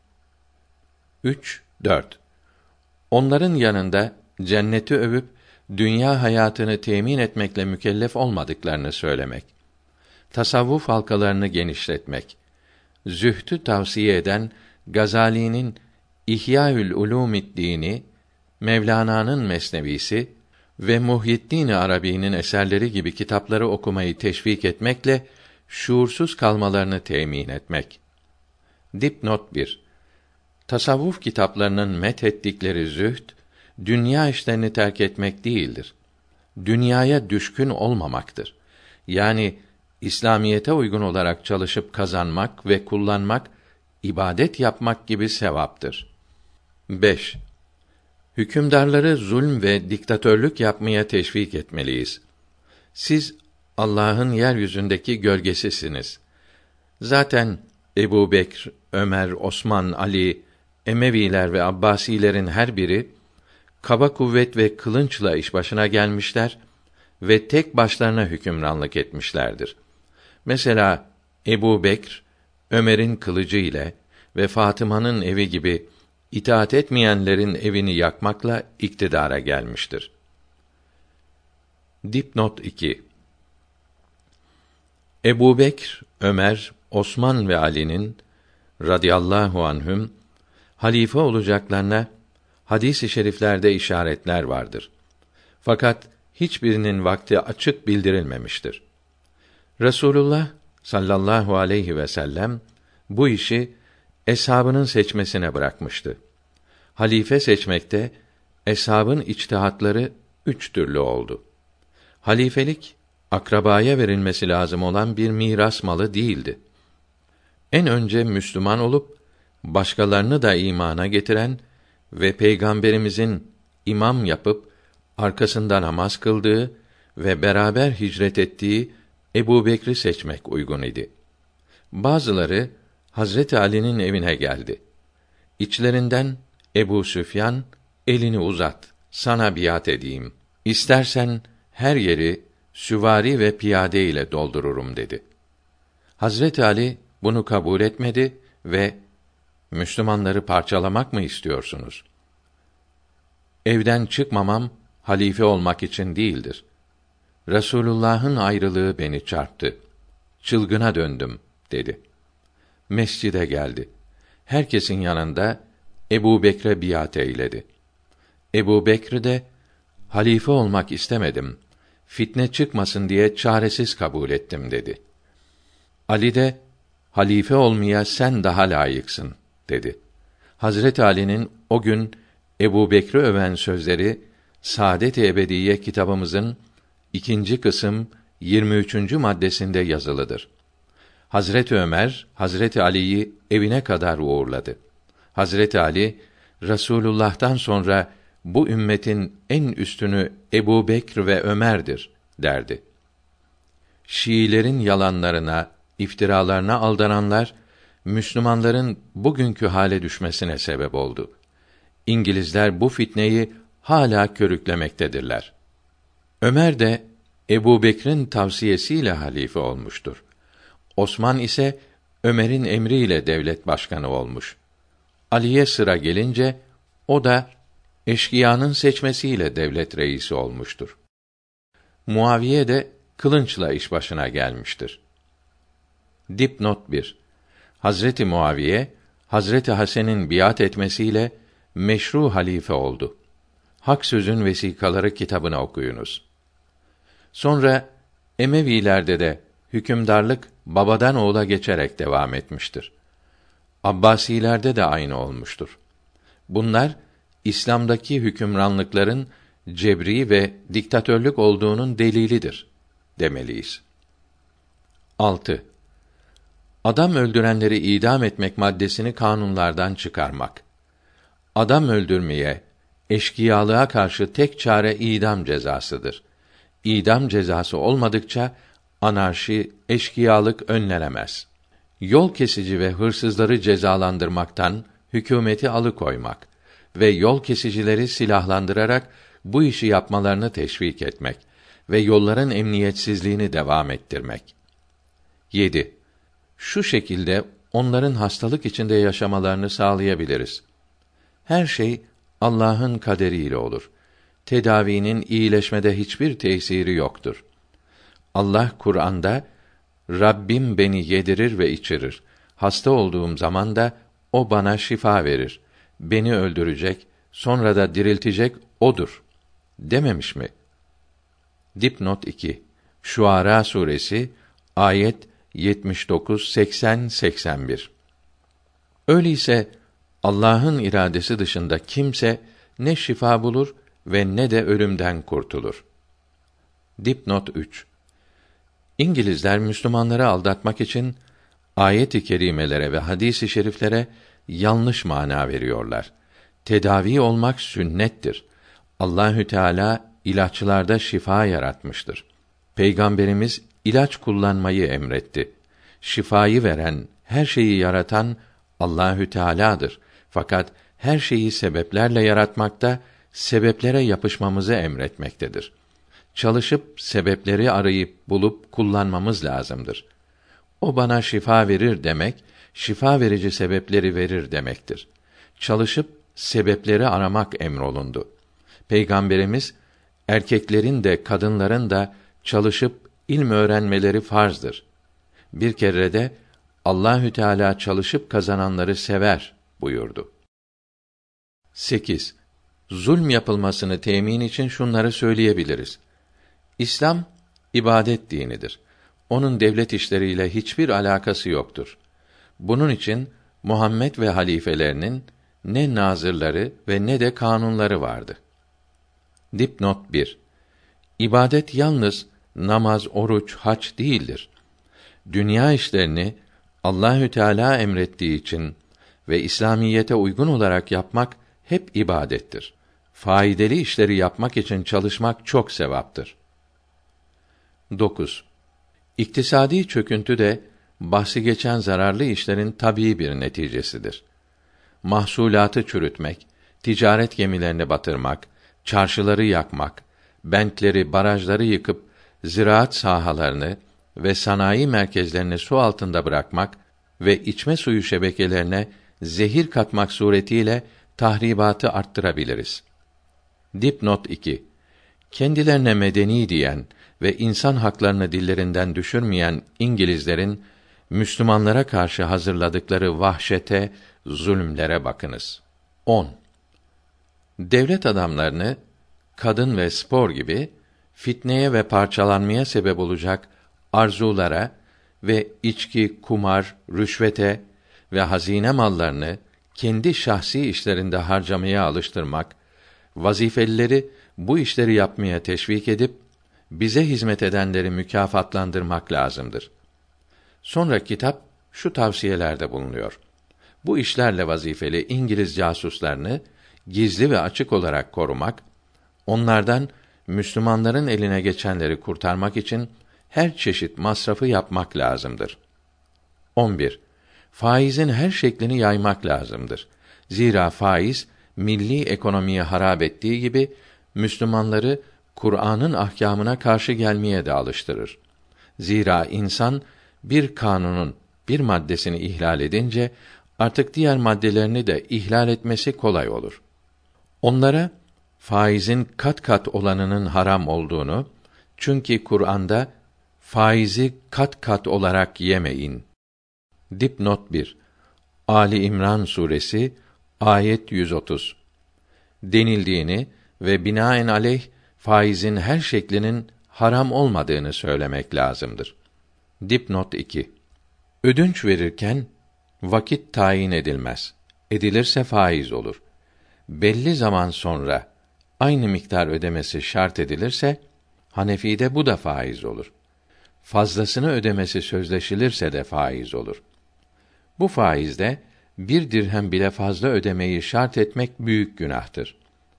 3, 4. Onların yanında cenneti övüp dünya hayatını temin etmekle mükellef olmadıklarını söylemek. Tasavvuf halkalarını genişletmek. Zühdü tavsiye eden Gazali'nin İhyaül Ulûmi'd-Dîn'i, Mevlana'nın Mesnevisi ve Muhyiddin Arabi'nin eserleri gibi kitapları okumayı teşvik etmekle şuursuz kalmalarını temin etmek. Dipnot 1. Tasavvuf kitaplarının methettikleri zühd, dünya işlerini terk etmek değildir. Dünyaya düşkün olmamaktır. Yani İslamiyete uygun olarak çalışıp kazanmak ve kullanmak, ibadet yapmak gibi sevaptır. 5. Hükümdarları zulm ve diktatörlük yapmaya teşvik etmeliyiz. Siz Allah'ın yeryüzündeki gölgesisiniz. Zaten Ebu Bekr, Ömer, Osman, Ali, Emeviler ve Abbasilerin her biri kaba kuvvet ve kılınçla iş başına gelmişler ve tek başlarına hükümranlık etmişlerdir. Mesela Ebu Bekr, Ömer'in kılıcı ile ve Fatıma'nın evi gibi itaat etmeyenlerin evini yakmakla iktidara gelmiştir. Dipnot 2. Ebu Bekr, Ömer, Osman ve Ali'nin radıyallahu anhüm halife olacaklarına hadis-i şeriflerde işaretler vardır. Fakat hiçbirinin vakti açık bildirilmemiştir. Resulullah sallallahu aleyhi ve sellem bu işi eshabının seçmesine bırakmıştı. Halife seçmekte eshabın içtihatları 3 türlü oldu. Halifelik akrabaya verilmesi lazım olan bir miras malı değildi. En önce Müslüman olup başkalarını da imana getiren ve Peygamberimizin imam yapıp arkasında namaz kıldığı ve beraber hicret ettiği Ebu Bekr'i seçmek uygun idi. Bazıları Hazreti Ali'nin evine geldi. İçlerinden Ebu Süfyan, elini uzat, sana biat edeyim. İstersen her yeri süvari ve piyade ile doldururum dedi. Hazreti Ali bunu kabul etmedi ve Müslümanları parçalamak mı istiyorsunuz? Evden çıkmamam halife olmak için değildir. Resulullah'ın ayrılığı beni çarptı. Çılgına döndüm dedi. Mescide geldi. Herkesin yanında Ebu Bekr'e biat eyledi. Ebu Bekr de halife olmak istemedim. Fitne çıkmasın diye çaresiz kabul ettim dedi. Ali de halife olmaya sen daha layıksın dedi. Hazreti Ali'nin o gün Ebu Bekr'i öven sözleri Saadet-i Ebediyye kitabımızın 2. kısım 23. maddesinde yazılıdır. Hazreti Ömer Hazreti Ali'yi evine kadar uğurladı. Hazreti Ali Resulullah'tan sonra bu ümmetin en üstünü Ebu Bekr ve Ömer'dir derdi. Şiilerin yalanlarına, iftiralarına aldananlar Müslümanların bugünkü hale düşmesine sebep oldu. İngilizler bu fitneyi hala körüklemektedirler. Ömer de Ebu Bekr'in tavsiyesiyle halife olmuştur. Osman ise Ömer'in emriyle devlet başkanı olmuş. Ali'ye sıra gelince o da eşkıyanın seçmesiyle devlet reisi olmuştur. Muaviye de kılınçla iş başına gelmiştir. Dipnot 1. Hazreti Muaviye, Hazreti Hasan'ın biat etmesiyle meşru halife oldu. Hak Sözün Vesikaları kitabını okuyunuz. Sonra Emevilerde de hükümdarlık babadan oğula geçerek devam etmiştir. Abbasilerde de aynı olmuştur. Bunlar İslam'daki hükümranlıkların cebri ve diktatörlük olduğunun delilidir demeliyiz. 6. Adam öldürenleri idam etmek maddesini kanunlardan çıkarmak. Adam öldürmeye, eşkıyalığa karşı tek çare idam cezasıdır. İdam cezası olmadıkça anarşi, eşkıyalık önlenemez. Yol kesici ve hırsızları cezalandırmaktan hükümeti alıkoymak ve yol kesicileri silahlandırarak bu işi yapmalarını teşvik etmek ve yolların emniyetsizliğini devam ettirmek. 7. Şu şekilde onların hastalık içinde yaşamalarını sağlayabiliriz. Her şey Allah'ın kaderiyle olur. Tedavinin iyileşmede hiçbir tesiri yoktur. Allah Kur'an'da Rabbim beni yedirir ve içirir. Hasta olduğum zaman da o bana şifa verir. Beni öldürecek, sonra da diriltecek odur dememiş mi? Dipnot 2. Şuara suresi ayet 79, 80, 81. Öyleyse Allah'ın iradesi dışında kimse ne şifa bulur ve ne de ölümden kurtulur. Dipnot 3. İngilizler Müslümanları aldatmak için ayet-i kerimelere ve hadis-i şeriflere yanlış mana veriyorlar. Tedavi olmak sünnettir. Allahü Teala ilaçlarda şifa yaratmıştır. Peygamberimiz ilaç kullanmayı emretti. Şifayı veren, her şeyi yaratan Allahü Teala'dır. Fakat her şeyi sebeplerle yaratmakta, sebeplere yapışmamızı emretmektedir. Çalışıp sebepleri arayıp bulup kullanmamız lazımdır. O bana şifa verir demek, şifa verici sebepleri verir demektir. Çalışıp sebepleri aramak emrolundu. Peygamberimiz erkeklerin de kadınların da çalışıp ilm öğrenmeleri farzdır. Bir kere de Allahü Teala çalışıp kazananları sever buyurdu. 8. Zulm yapılmasını temin için şunları söyleyebiliriz. İslam ibadet dinidir. Onun devlet işleriyle hiçbir alakası yoktur. Bunun için Muhammed ve halifelerinin ne nazırları ve ne de kanunları vardı. Dipnot 1. İbadet yalnız namaz, oruç, hac değildir. Dünya işlerini Allahü Teala emrettiği için ve İslamiyete uygun olarak yapmak hep ibadettir. Faydalı işleri yapmak için çalışmak çok sevaptır. 9. İktisadi çöküntü de bahsi geçen zararlı işlerin tabii bir neticesidir. Mahsulatı çürütmek, ticaret gemilerini batırmak, çarşıları yakmak, bentleri, barajları yıkıp ziraat sahalarını ve sanayi merkezlerini su altında bırakmak ve içme suyu şebekelerine zehir katmak suretiyle tahribatı arttırabiliriz. Dipnot 2. Kendilerine medeni diyen ve insan haklarını dillerinden düşürmeyen İngilizlerin Müslümanlara karşı hazırladıkları vahşete, zulümlere bakınız. 10. Devlet adamlarını kadın ve spor gibi fitneye ve parçalanmaya sebep olacak arzulara ve içki, kumar, rüşvete ve hazine mallarını kendi şahsi işlerinde harcamaya alıştırmak, vazifelileri bu işleri yapmaya teşvik edip bize hizmet edenleri mükafatlandırmak lazımdır. Sonra kitap şu tavsiyelerde bulunuyor. Bu işlerle vazifeli İngiliz casuslarını gizli ve açık olarak korumak, onlardan Müslümanların eline geçenleri kurtarmak için her çeşit masrafı yapmak lazımdır. 11. Faizin her şeklini yaymak lazımdır. Zira faiz milli ekonomiyi harap ettiği gibi Müslümanları Kur'an'ın ahkâmına karşı gelmeye de alıştırır. Zira insan bir kanunun bir maddesini ihlal edince artık diğer maddelerini de ihlal etmesi kolay olur. Onlara faizin kat kat olanının haram olduğunu, çünkü Kur'an'da faizi kat kat olarak yemeyin. Dipnot 1. Ali İmran suresi ayet 130 denildiğini ve binaenaleyh faizin her şeklinin haram olmadığını söylemek lazımdır. Dipnot 2. Ödünç verirken vakit tayin edilmez. Edilirse faiz olur. Belli zaman sonra aynı miktar ödemesi şart edilirse Hanefi'de bu da faiz olur. Fazlasını ödemesi sözleşilirse de faiz olur. Bu faizde 1 dirhem bile fazla ödemeyi şart etmek büyük günahtır.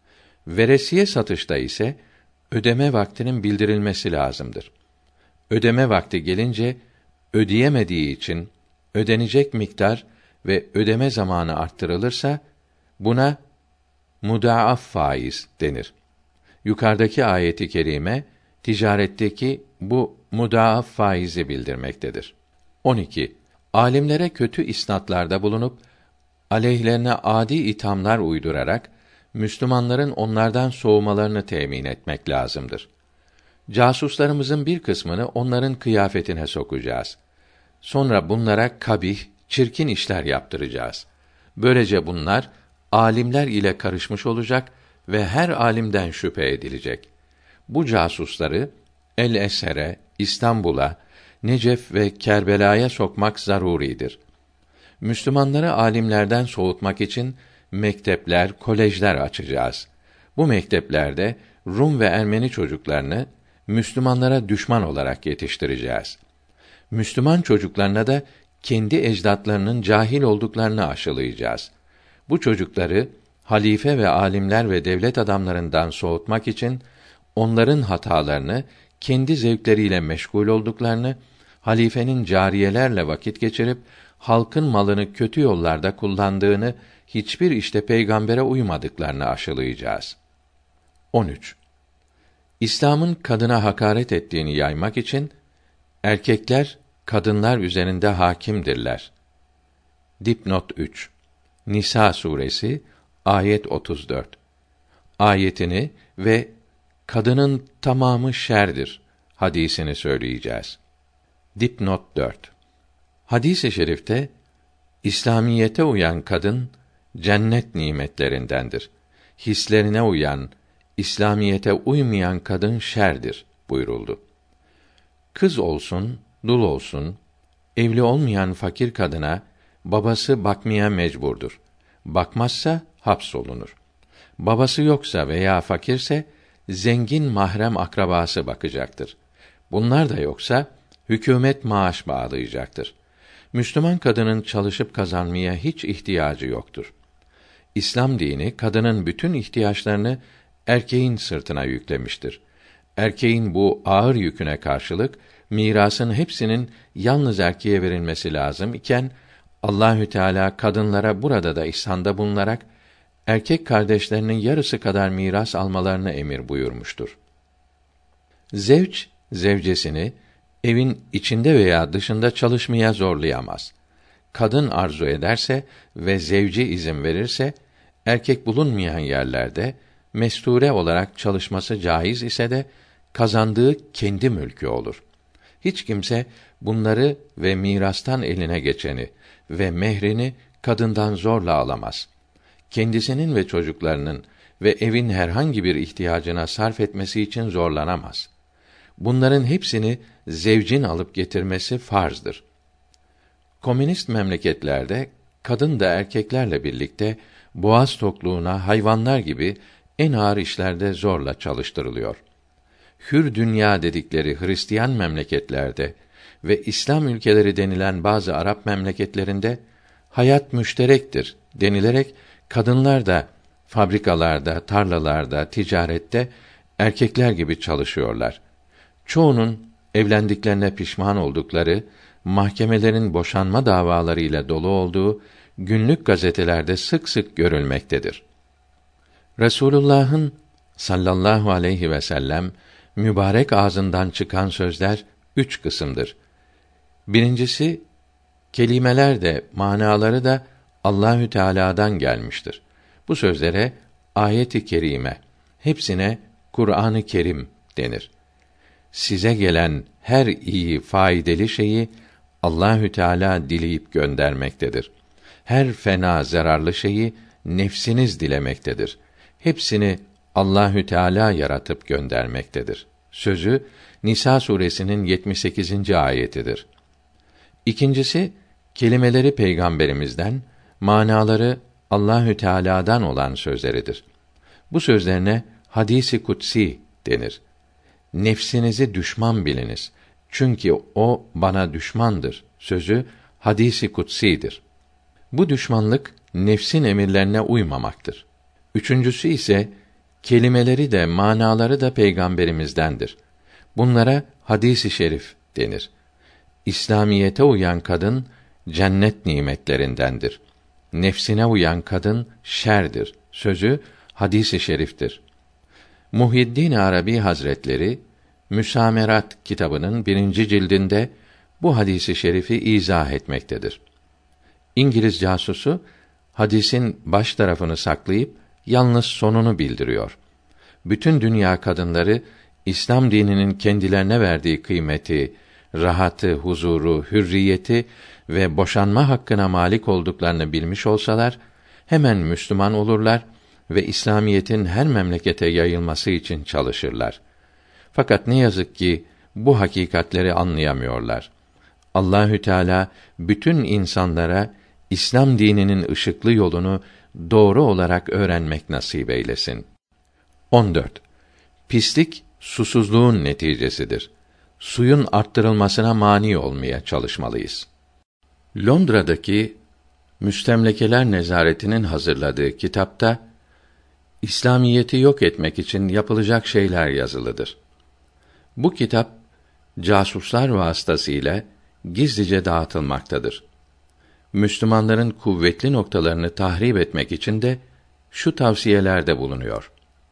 Veresiye satışta ise ödeme vaktinin bildirilmesi lazımdır. Ödeme vakti gelince ödeyemediği için ödenecek miktar ve ödeme zamanı arttırılırsa buna mudaaf faiz denir. Yukarıdaki ayeti kerime ticaretteki bu mudaaf faizi bildirmektedir. 12. Alimlere kötü isnatlarda bulunup aleyhlerine adi ithamlar uydurarak Müslümanların onlardan soğumalarını temin etmek lazımdır. Casuslarımızın bir kısmını onların kıyafetine sokacağız. Sonra bunlara kabih, çirkin işler yaptıracağız. Böylece bunlar alimler ile karışmış olacak ve her alimden şüphe edilecek. Bu casusları El-Eser'e, İstanbul'a, Necef ve Kerbela'ya sokmak zaruridir. Müslümanları alimlerden soğutmak için mektepler, kolejler açacağız. Bu mekteplerde Rum ve Ermeni çocuklarını Müslümanlara düşman olarak yetiştireceğiz. Müslüman çocuklarına da kendi ecdatlarının cahil olduklarını aşılayacağız. Bu çocukları halife ve alimler ve devlet adamlarından soğutmak için onların hatalarını, kendi zevkleriyle meşgul olduklarını, halifenin cariyelerle vakit geçirip halkın malını kötü yollarda kullandığını, hiçbir işte peygambere uymadıklarını aşılayacağız. 13. İslam'ın kadına hakaret ettiğini yaymak için erkekler kadınlar üzerinde hakimdirler. Dipnot 3. Nisa suresi ayet 34. Ayetini ve kadının tamamı şerdir hadisini söyleyeceğiz. Dipnot 4. Hadis-i şerifte İslamiyete uyan kadın cennet nimetlerindendir. Hislerine uyan, İslamiyete uymayan kadın şerdir buyuruldu. Kız olsun, dul olsun, evli olmayan fakir kadına babası bakmaya mecburdur. Bakmazsa hapsolunur. Babası yoksa veya fakirse zengin mahrem akrabası bakacaktır. Bunlar da yoksa hükümet maaş bağlayacaktır. Müslüman kadının çalışıp kazanmaya hiç ihtiyacı yoktur. İslam dini kadının bütün ihtiyaçlarını erkeğin sırtına yüklemiştir. Erkeğin bu ağır yüküne karşılık mirasın hepsinin yalnız erkeğe verilmesi lazım iken Allahü Teala kadınlara burada da ihsanda bulunarak erkek kardeşlerinin yarısı kadar miras almalarını emir buyurmuştur. Zevç zevcesini evin içinde veya dışında çalışmaya zorlayamaz. Kadın arzu ederse ve zevci izin verirse erkek bulunmayan yerlerde mesture olarak çalışması caiz ise de kazandığı kendi mülkü olur. Hiç kimse bunları ve mirastan eline geçeni ve mehrini kadından zorla alamaz. Kendisinin ve çocuklarının ve evin herhangi bir ihtiyacına sarf etmesi için zorlanamaz. Bunların hepsini zevcin alıp getirmesi farzdır. Komünist memleketlerde kadın da erkeklerle birlikte boğaz tokluğuna hayvanlar gibi en ağır işlerde zorla çalıştırılıyor. Hür dünya dedikleri Hristiyan memleketlerde ve İslam ülkeleri denilen bazı Arap memleketlerinde hayat müşterektir denilerek kadınlar da fabrikalarda, tarlalarda, ticarette erkekler gibi çalışıyorlar. Çoğunun evlendiklerine pişman oldukları, mahkemelerin boşanma davalarıyla dolu olduğu günlük gazetelerde sık sık görülmektedir. Resulullah'ın sallallahu aleyhi ve sellem mübarek ağzından çıkan sözler 3 kısımdır. Birincisi, kelimeler de manaları da Allahü Teala'dan gelmiştir. Bu sözlere ayet-i kerime, hepsine Kur'an-ı Kerim denir. Size gelen her iyi, faydalı şeyi Allahü Teala dileyip göndermektedir. Her fena, zararlı şeyi nefsiniz dilemektedir. Hepsini Allahü Teala yaratıp göndermektedir. Sözü Nisa suresinin 78. ayetidir. İkincisi, kelimeleri peygamberimizden, manaları Allahü Teala'dan olan sözleridir. Bu sözlerine hadis-i kutsi denir. Nefsinizi düşman biliniz. Çünkü o bana düşmandır. Sözü hadis-i kutsidir. Bu düşmanlık nefsin emirlerine uymamaktır. Üçüncüsü ise kelimeleri de manaları da peygamberimizdendir. Bunlara hadis-i şerif denir. İslamiyete uyan kadın cennet nimetlerindendir. Nefsine uyan kadın şerdir. Sözü hadis-i şeriftir. Muhyiddin Arabi Hazretleri Müsamerat kitabının 1. cildinde bu hadisi şerifi izah etmektedir. İngiliz casusu hadisin baş tarafını saklayıp yalnız sonunu bildiriyor. Bütün dünya kadınları İslam dininin kendilerine verdiği kıymeti, rahatı, huzuru, hürriyeti ve boşanma hakkına malik olduklarını bilmiş olsalar hemen Müslüman olurlar ve İslamiyetin her memlekete yayılması için çalışırlar. Fakat ne yazık ki bu hakikatleri anlayamıyorlar. Allahü Teala bütün insanlara İslam dininin ışıklı yolunu doğru olarak öğrenmek nasip eylesin. 14. Pislik susuzluğun neticesidir. Suyun arttırılmasına mani olmaya çalışmalıyız. Londra'daki Müstemlekeler Nezareti'nin hazırladığı kitapta İslamiyeti yok etmek için yapılacak şeyler yazılıdır. Bu kitap casuslar vasıtasıyla gizlice dağıtılmaktadır. Müslümanların kuvvetli noktalarını tahrip etmek için de şu tavsiyelerde bulunuyor.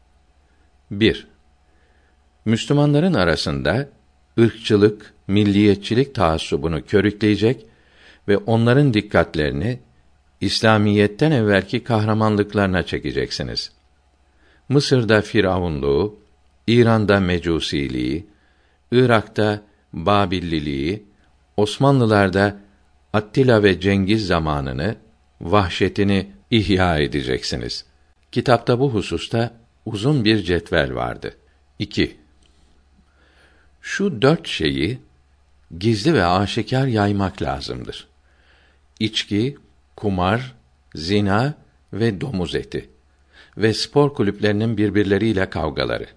1. Müslümanların arasında ırkçılık, milliyetçilik taassubunu körükleyecek ve onların dikkatlerini İslamiyetten evvelki kahramanlıklarına çekeceksiniz. Mısır'da Firavunluğu, İran'da Mecusiliği, Irak'ta Babilliliği, Osmanlılar'da Attila ve Cengiz zamanını, vahşetini ihya edeceksiniz. Kitapta bu hususta uzun bir cetvel vardı. 2. Şu 4 şeyi gizli ve aşikâr yaymak lazımdır. İçki, kumar, zina ve domuz eti ve spor kulüplerinin birbirleriyle kavgaları.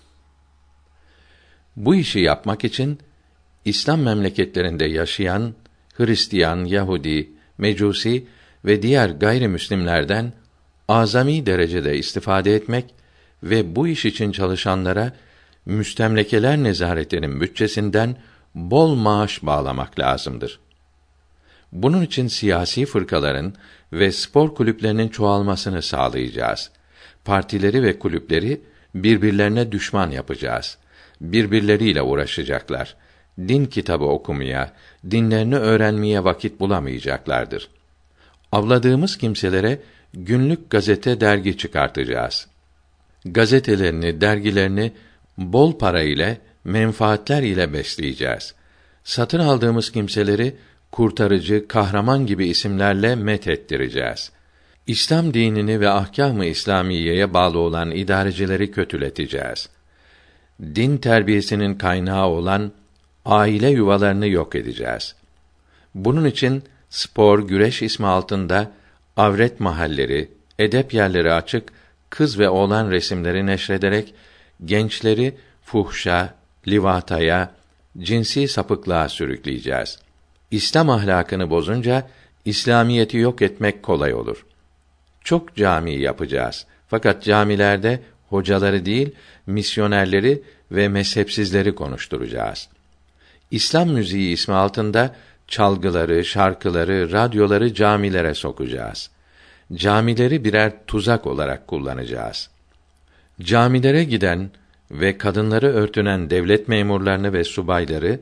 Bu işi yapmak için İslam memleketlerinde yaşayan Hristiyan, Yahudi, Mecusi ve diğer gayrimüslimlerden azami derecede istifade etmek ve bu iş için çalışanlara Müstemlekeler Nezareti'nin bütçesinden bol maaş bağlamak lazımdır. Bunun için siyasi fırkaların ve spor kulüplerinin çoğalmasını sağlayacağız. Partileri ve kulüpleri birbirlerine düşman yapacağız. Birbirleriyle uğraşacaklar. Din kitabı okumaya, dinlerini öğrenmeye vakit bulamayacaklardır. Avladığımız kimselere günlük gazete, dergi çıkartacağız. Gazetelerini, dergilerini bol para ile, menfaatler ile besleyeceğiz. Satın aldığımız kimseleri kurtarıcı, kahraman gibi isimlerle methettireceğiz. İslam dinini ve ahkâm-ı İslamiyeye bağlı olan idarecileri kötületeceğiz. Din terbiyesinin kaynağı olan aile yuvalarını yok edeceğiz. Bunun için spor, güreş ismi altında avret mahalleri, edep yerleri açık kız ve oğlan resimleri neşrederek gençleri fuhşa, livataya, cinsi sapıklığa sürükleyeceğiz. İslam ahlakını bozunca İslamiyeti yok etmek kolay olur. Çok cami yapacağız. Fakat camilerde hocaları değil, misyonerleri ve mezhepsizleri konuşturacağız. İslam müziği ismi altında çalgıları, şarkıları, radyoları camilere sokacağız. Camileri birer tuzak olarak kullanacağız. Camilere giden ve kadınları örtünen devlet memurlarını ve subayları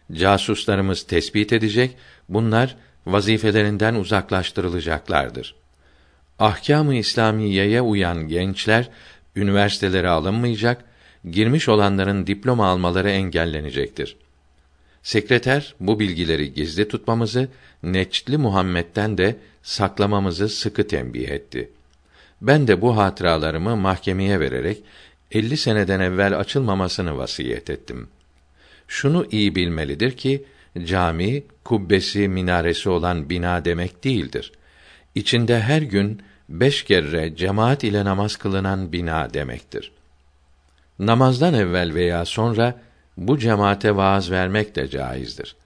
Casuslarımız tespit edecek, bunlar vazifelerinden uzaklaştırılacaklardır. Ahkâm-ı İslamiyeye uyan gençler üniversitelere alınmayacak, girmiş olanların diploma almaları engellenecektir. Sekreter bu bilgileri gizli tutmamızı, Neçli Muhammed'den de saklamamızı sıkı tembih etti. Ben de bu hatıralarımı mahkemeye vererek 50 seneden evvel açılmamasını vasiyet ettim. Şunu iyi bilmelidir ki cami, kubbesi, minaresi olan bina demek değildir. İçinde her gün 5 kere cemaat ile namaz kılınan bina demektir. Namazdan evvel veya sonra bu cemaate vaaz vermek de caizdir.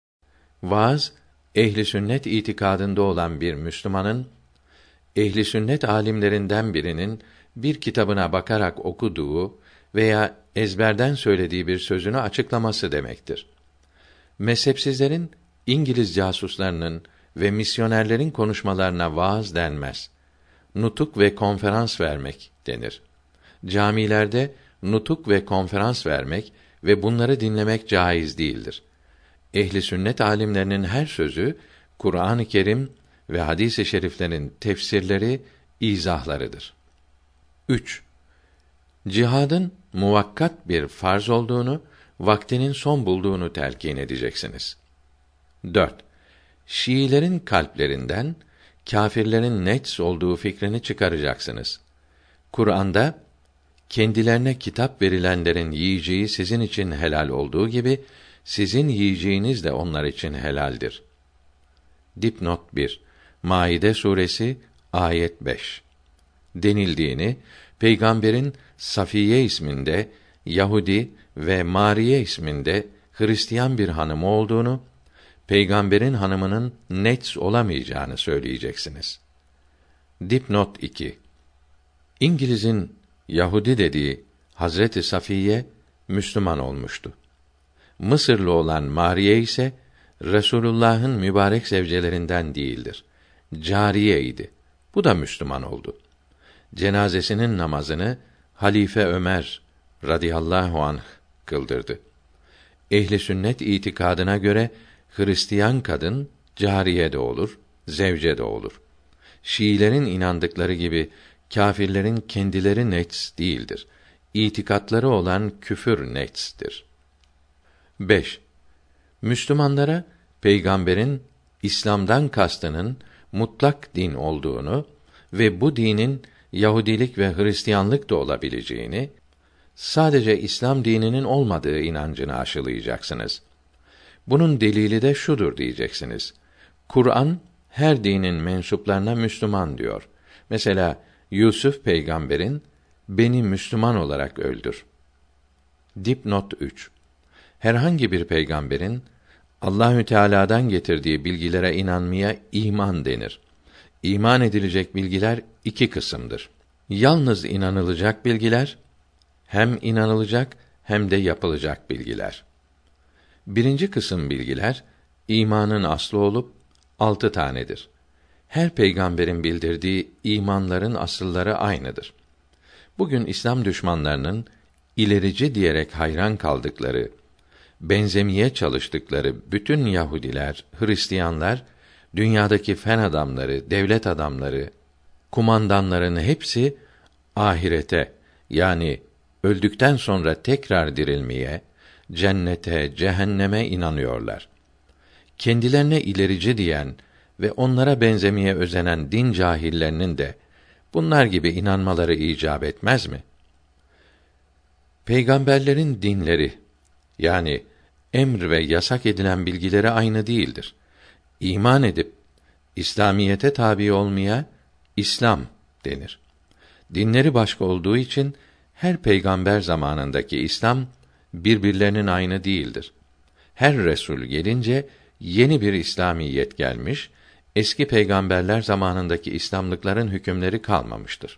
Vaaz, ehli sünnet itikadında olan bir Müslümanın, ehli sünnet alimlerinden birinin bir kitabına bakarak okuduğu veya ezberden söylediği bir sözünü açıklaması demektir. Mezhepsizlerin, İngiliz casuslarının ve misyonerlerin konuşmalarına vaaz denmez. Nutuk ve konferans vermek denir. Camilerde nutuk ve konferans vermek ve bunları dinlemek caiz değildir. Ehli sünnet alimlerinin her sözü Kur'an-ı Kerim ve hadis-i şeriflerin tefsirleri, izahlarıdır. 3. Cihadın muvakkat bir farz olduğunu, vaktinin son bulduğunu telkin edeceksiniz. 4. Şiilerin kalplerinden kâfirlerin nets olduğu fikrini çıkaracaksınız. Kur'an'da kendilerine kitap verilenlerin yiyeceği sizin için helal olduğu gibi sizin yiyeceğiniz de onlar için helaldir. Dipnot 1. Maide suresi ayet 5. Denildiğini, Peygamberin Safiye isminde Yahudi ve Mariye isminde Hristiyan bir hanımı olduğunu, Peygamberin hanımının nets olamayacağını söyleyeceksiniz. Dipnot 2. İngiliz'in Yahudi dediği Hazreti Safiye Müslüman olmuştu. Mısırlı olan Mariye ise Resulullah'ın mübarek zevcelerinden değildir. Cariye idi. Bu da Müslüman oldu. Cenazesinin namazını Halife Ömer radıyallahu anh kıldırdı. Ehli sünnet itikadına göre Hristiyan kadın cariye de olur, zevce de olur. Şiilerin inandıkları gibi kâfirlerin kendileri nets değildir. İtikatları olan küfür netstir. 5. Müslümanlara Peygamberin İslam'dan kastının mutlak din olduğunu ve bu dinin Yahudilik ve Hristiyanlık da olabileceğini, sadece İslam dininin olmadığı inancını aşılayacaksınız. Bunun delili de şudur diyeceksiniz. Kur'an her dinin mensuplarına Müslüman diyor. Mesela Yusuf peygamberin beni Müslüman olarak öldür. Dipnot 3. Herhangi bir peygamberin Allahü Teala'dan getirdiği bilgilere inanmaya iman denir. İman edilecek bilgiler 2 kısımdır. Yalnız inanılacak bilgiler, hem inanılacak hem de yapılacak bilgiler. 1. kısım bilgiler imanın aslı olup 6 tanedir. Her peygamberin bildirdiği imanların asılları aynıdır. Bugün İslam düşmanlarının ilerici diyerek hayran kaldıkları, benzemeye çalıştıkları bütün Yahudiler, Hristiyanlar, dünyadaki fen adamları, devlet adamları, kumandanların hepsi ahirete, yani öldükten sonra tekrar dirilmeye, cennete, cehenneme inanıyorlar. Kendilerine ilerici diyen ve onlara benzemeye özenen din cahillerinin de bunlar gibi inanmaları icap etmez mi? Peygamberlerin dinleri, yani emr ve yasak edilen bilgileri aynı değildir. İman edip İslamiyete tabi olmaya İslam denir. Dinleri başka olduğu için her peygamber zamanındaki İslam birbirlerinin aynı değildir. Her resul gelince yeni bir İslamiyet gelmiş, eski peygamberler zamanındaki İslamlıkların hükümleri kalmamıştır.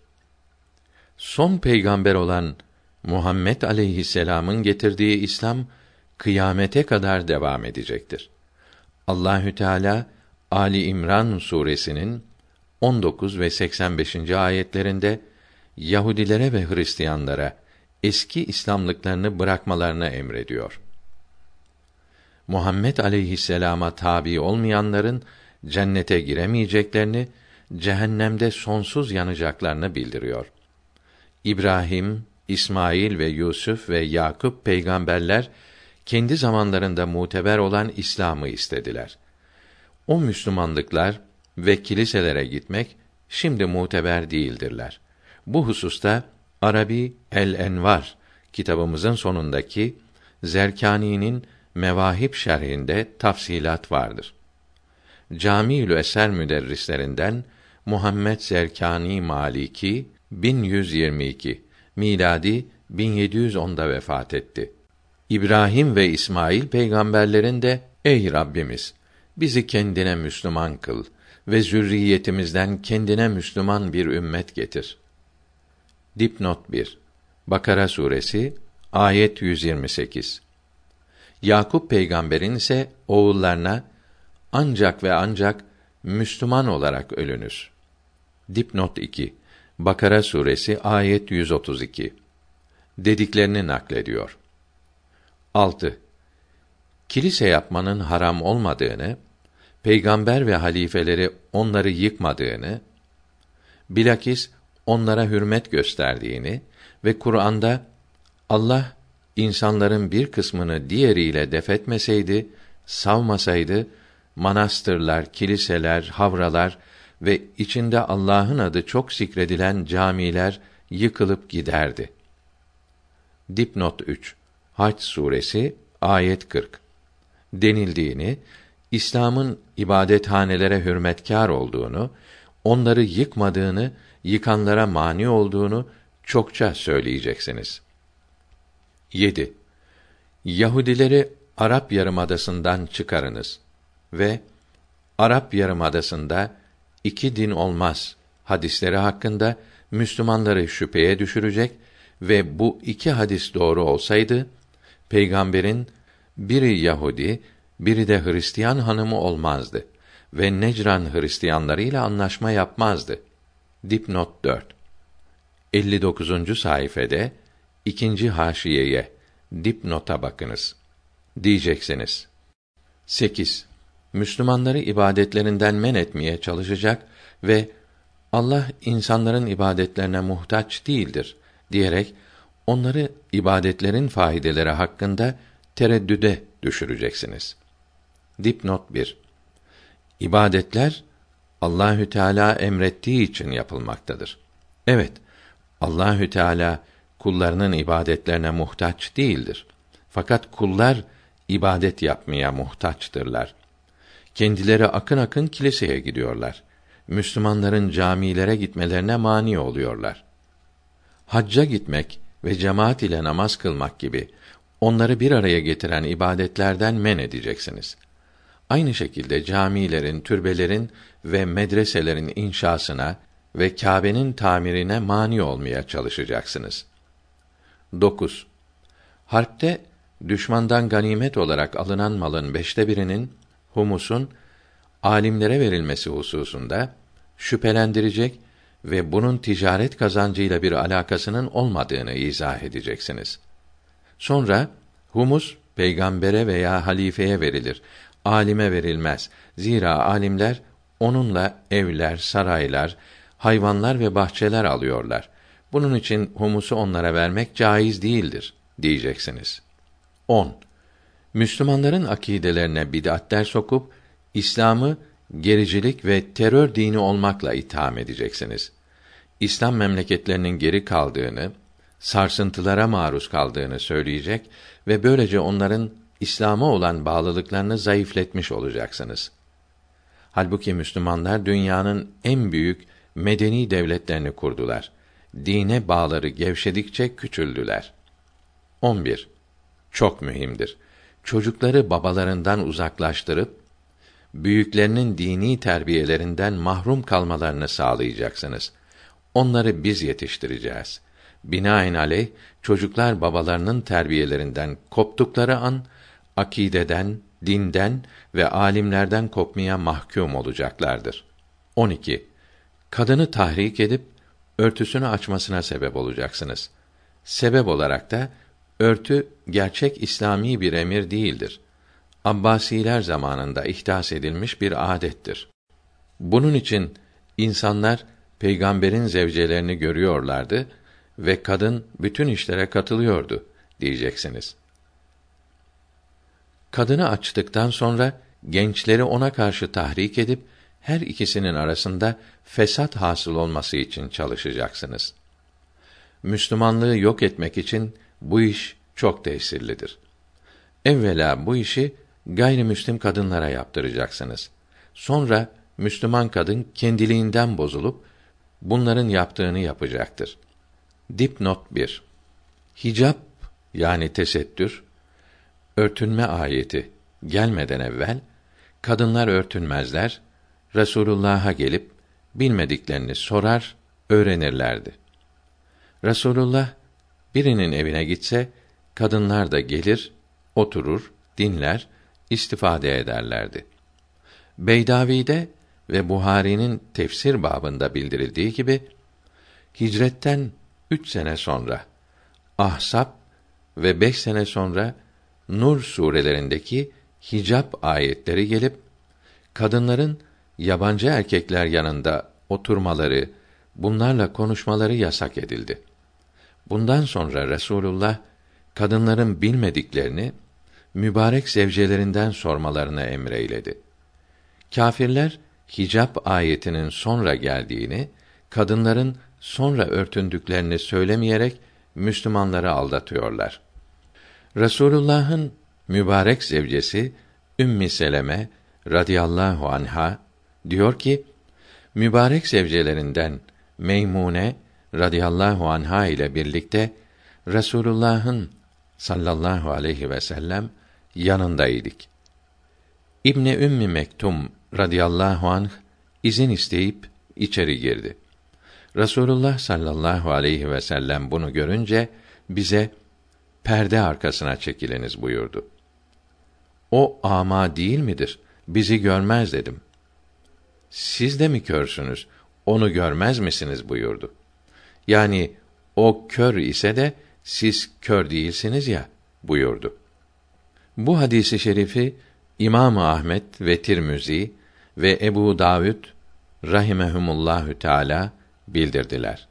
Son peygamber olan Muhammed aleyhisselam'ın getirdiği İslam kıyamete kadar devam edecektir. Allahü Teala Ali İmran suresinin 19 ve 85. ayetlerinde Yahudilere ve Hristiyanlara eski İslamlıklarını bırakmalarını emrediyor. Muhammed aleyhisselama tabi olmayanların cennete giremeyeceklerini, cehennemde sonsuz yanacaklarını bildiriyor. İbrahim, İsmail ve Yusuf ve Yakup peygamberler kendi zamanlarında muteber olan İslam'ı istediler. O Müslümanlıklar ve kiliselere gitmek şimdi muteber değildirler. Bu hususta Arabi el-Envar kitabımızın sonundaki Zerkani'nin Mevahib şerhinde tafsilat vardır. Câmiül Eser müderrislerinden Muhammed Zerkani Maliki 1122 miladi 1710'da vefat etti. İbrahim ve İsmail peygamberlerin de ey Rabbimiz bizi kendine Müslüman kıl ve zürriyetimizden kendine Müslüman bir ümmet getir. Dipnot 1. Bakara suresi ayet 128. Yakup peygamberin ise oğullarına ancak ve ancak Müslüman olarak ölünüz. Dipnot 2. Bakara suresi ayet 132. Dediklerini naklediyor. 6. Kilise yapmanın haram olmadığını, peygamber ve halifeleri onları yıkmadığını, bilakis onlara hürmet gösterdiğini ve Kur'an'da Allah insanların bir kısmını diğeriyle defetmeseydi, savmasaydı, manastırlar, kiliseler, havralar ve içinde Allah'ın adı çok zikredilen camiler yıkılıp giderdi. Dipnot 3. Hac suresi ayet 40. Denildiğini, İslam'ın ibadethanelere hürmetkâr olduğunu, onları yıkmadığını, yıkanlara mani olduğunu çokça söyleyeceksiniz. 7. Yahudileri Arap Yarımadası'ndan çıkarınız ve Arap Yarımadası'nda 2 din olmaz hadisleri hakkında Müslümanları şüpheye düşürecek ve bu 2 hadis doğru olsaydı, peygamberin biri Yahudi, biri de Hristiyan hanımı olmazdı ve Necran Hristiyanlarıyla anlaşma yapmazdı. Dipnot 4. 59. sayfede 2. haşiyeye dipnota bakınız. Diyeceksiniz. 8. Müslümanları ibadetlerinden men etmeye çalışacak ve Allah insanların ibadetlerine muhtaç değildir diyerek onları ibadetlerin faydeleri hakkında tereddüde düşüreceksiniz. Dipnot 1. İbadetler Allahü Teala emrettiği için yapılmaktadır. Evet, Allahü Teala kullarının ibadetlerine muhtaç değildir. Fakat kullar ibadet yapmaya muhtaçtırlar. Kendileri akın akın kiliseye gidiyorlar. Müslümanların camilere gitmelerine mani oluyorlar. Hacca gitmek ve cemaat ile namaz kılmak gibi onları bir araya getiren ibadetlerden men edeceksiniz. Aynı şekilde camilerin, türbelerin ve medreselerin inşasına ve Kâbe'nin tamirine mani olmaya çalışacaksınız. 9. Harpte düşmandan ganimet olarak alınan malın 1/5'inin humusun alimlere verilmesi hususunda şüphelendirecek ve bunun ticaret kazancıyla bir alakasının olmadığını izah edeceksiniz. Sonra humus peygambere veya halifeye verilir, alime verilmez. Zira alimler onunla evler, saraylar, hayvanlar ve bahçeler alıyorlar. Bunun için humusu onlara vermek caiz değildir diyeceksiniz. 10. Müslümanların akidelerine bid'atler sokup İslam'ı gericilik ve terör dini olmakla itham edeceksiniz. İslam memleketlerinin geri kaldığını, sarsıntılara maruz kaldığını söyleyecek ve böylece onların İslam'a olan bağlılıklarını zayıfletmiş olacaksınız. Halbuki Müslümanlar dünyanın en büyük medeni devletlerini kurdular. Dine bağları gevşedikçe küçüldüler. 11. Çok mühimdir. Çocukları babalarından uzaklaştırıp büyüklerinin dini terbiyelerinden mahrum kalmalarını sağlayacaksınız. Onları biz yetiştireceğiz. Binaenaleyh çocuklar babalarının terbiyelerinden koptukları an akideden, dinden ve alimlerden kopmaya mahkum olacaklardır. 12. Kadını tahrik edip örtüsünü açmasına sebep olacaksınız. Sebep olarak da örtü gerçek İslami bir emir değildir. Abbasiler zamanında ihdas edilmiş bir âdettir. Bunun için insanlar peygamberin zevcelerini görüyorlardı ve kadın bütün işlere katılıyordu diyeceksiniz. Kadını açtıktan sonra gençleri ona karşı tahrik edip her ikisinin arasında fesat hasıl olması için çalışacaksınız. Müslümanlığı yok etmek için bu iş çok tesirlidir. Evvela bu işi gayrimüslim kadınlara yaptıracaksınız. Sonra Müslüman kadın kendiliğinden bozulup bunların yaptığını yapacaktır. Dipnot 1. Hicap yani tesettür, örtünme ayeti gelmeden evvel kadınlar örtünmezler, Resulullah'a gelip bilmediklerini sorar, öğrenirlerdi. Resulullah birinin evine gitse kadınlar da gelir, oturur, dinler, istifade ederlerdi. Beydavi'de ve Buhari'nin tefsir babında bildirildiği gibi hicretten 3 sene sonra Ahzab ve 5 sene sonra Nur surelerindeki hicap ayetleri gelip kadınların yabancı erkekler yanında oturmaları, bunlarla konuşmaları yasak edildi. Bundan sonra Resulullah kadınların bilmediklerini mübarek zevcelerinden sormalarını emreyledi. Kâfirler hicap ayetinin sonra geldiğini, kadınların sonra örtündüklerini söylemeyerek Müslümanları aldatıyorlar. Resulullah'ın mübarek zevcesi Ümmü Seleme radıyallahu anha diyor ki, mübarek zevcelerinden Meymune radıyallahu anha ile birlikte Resulullah'ın sallallahu aleyhi ve sellem yanındaydık. İbni Ümmü Mektum radıyallahu anh izin isteyip içeri girdi. Resulullah sallallahu aleyhi ve sellem bunu görünce bize perde arkasına çekiliniz buyurdu. O ama değil midir? Bizi görmez dedim. Siz de mi körsünüz? Onu görmez misiniz buyurdu. Yani o kör ise de siz kör değilsiniz ya buyurdu. Bu hadisi şerifi İmam Ahmed ve Tirmizi ve Ebu Davud rahimehumullahü teala bildirdiler.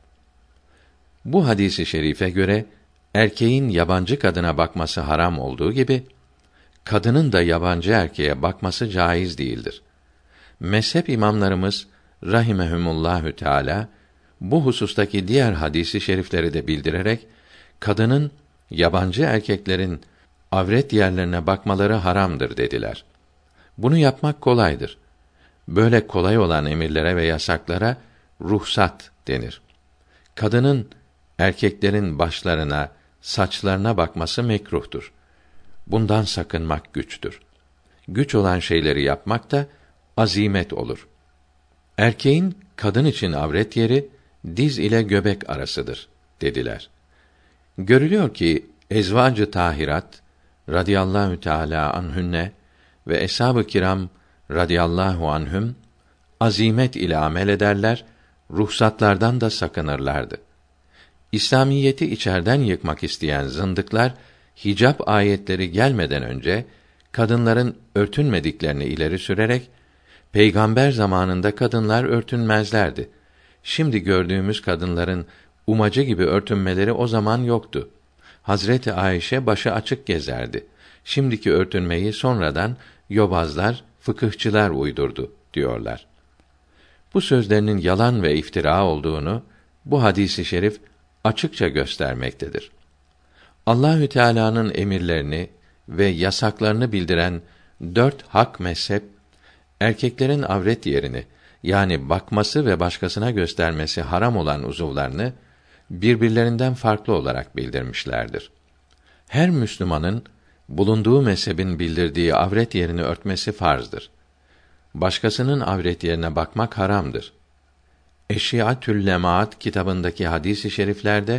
Bu hadisi şerife göre erkeğin yabancı kadına bakması haram olduğu gibi kadının da yabancı erkeğe bakması caiz değildir. Mezhep imamlarımız rahimehumullahü teala bu husustaki diğer hadisi şerifleri de bildirerek kadının yabancı erkeklerin avret yerlerine bakmaları haramdır dediler. Bunu yapmak kolaydır. Böyle kolay olan emirlere ve yasaklara ruhsat denir. Kadının erkeklerin başlarına, saçlarına bakması mekruhtur. Bundan sakınmak güçtür. Güç olan şeyleri yapmak da azimet olur. Erkeğin kadın için avret yeri diz ile göbek arasıdır dediler. Görülüyor ki ezvacı tahirat radıyallahu teâlâ anhünne ve eshab-ı kiram radıyallahu anhüm azimet ile amel ederler, ruhsatlardan da sakınırlardı. İslamiyeti içerden yıkmak isteyen zındıklar hicap ayetleri gelmeden önce kadınların örtünmediklerini ileri sürerek peygamber zamanında kadınlar örtünmezlerdi. Şimdi gördüğümüz kadınların umacı gibi örtünmeleri o zaman yoktu. Hazreti Ayşe başı açık gezerdi. Şimdiki örtünmeyi sonradan yobazlar, fıkıhçılar uydurdu diyorlar. Bu sözlerinin yalan ve iftira olduğunu bu hadisi şerif açıkça göstermektedir. Allahü Teala'nın emirlerini ve yasaklarını bildiren 4 hak mezhep erkeklerin avret yerini yani bakması ve başkasına göstermesi haram olan uzuvlarını birbirlerinden farklı olarak bildirmişlerdir. Her Müslümanın bulunduğu mezhebin bildirdiği avret yerini örtmesi farzdır. Başkasının avret yerine bakmak haramdır. Eşiatül Lemaat kitabındaki hadis-i şeriflerde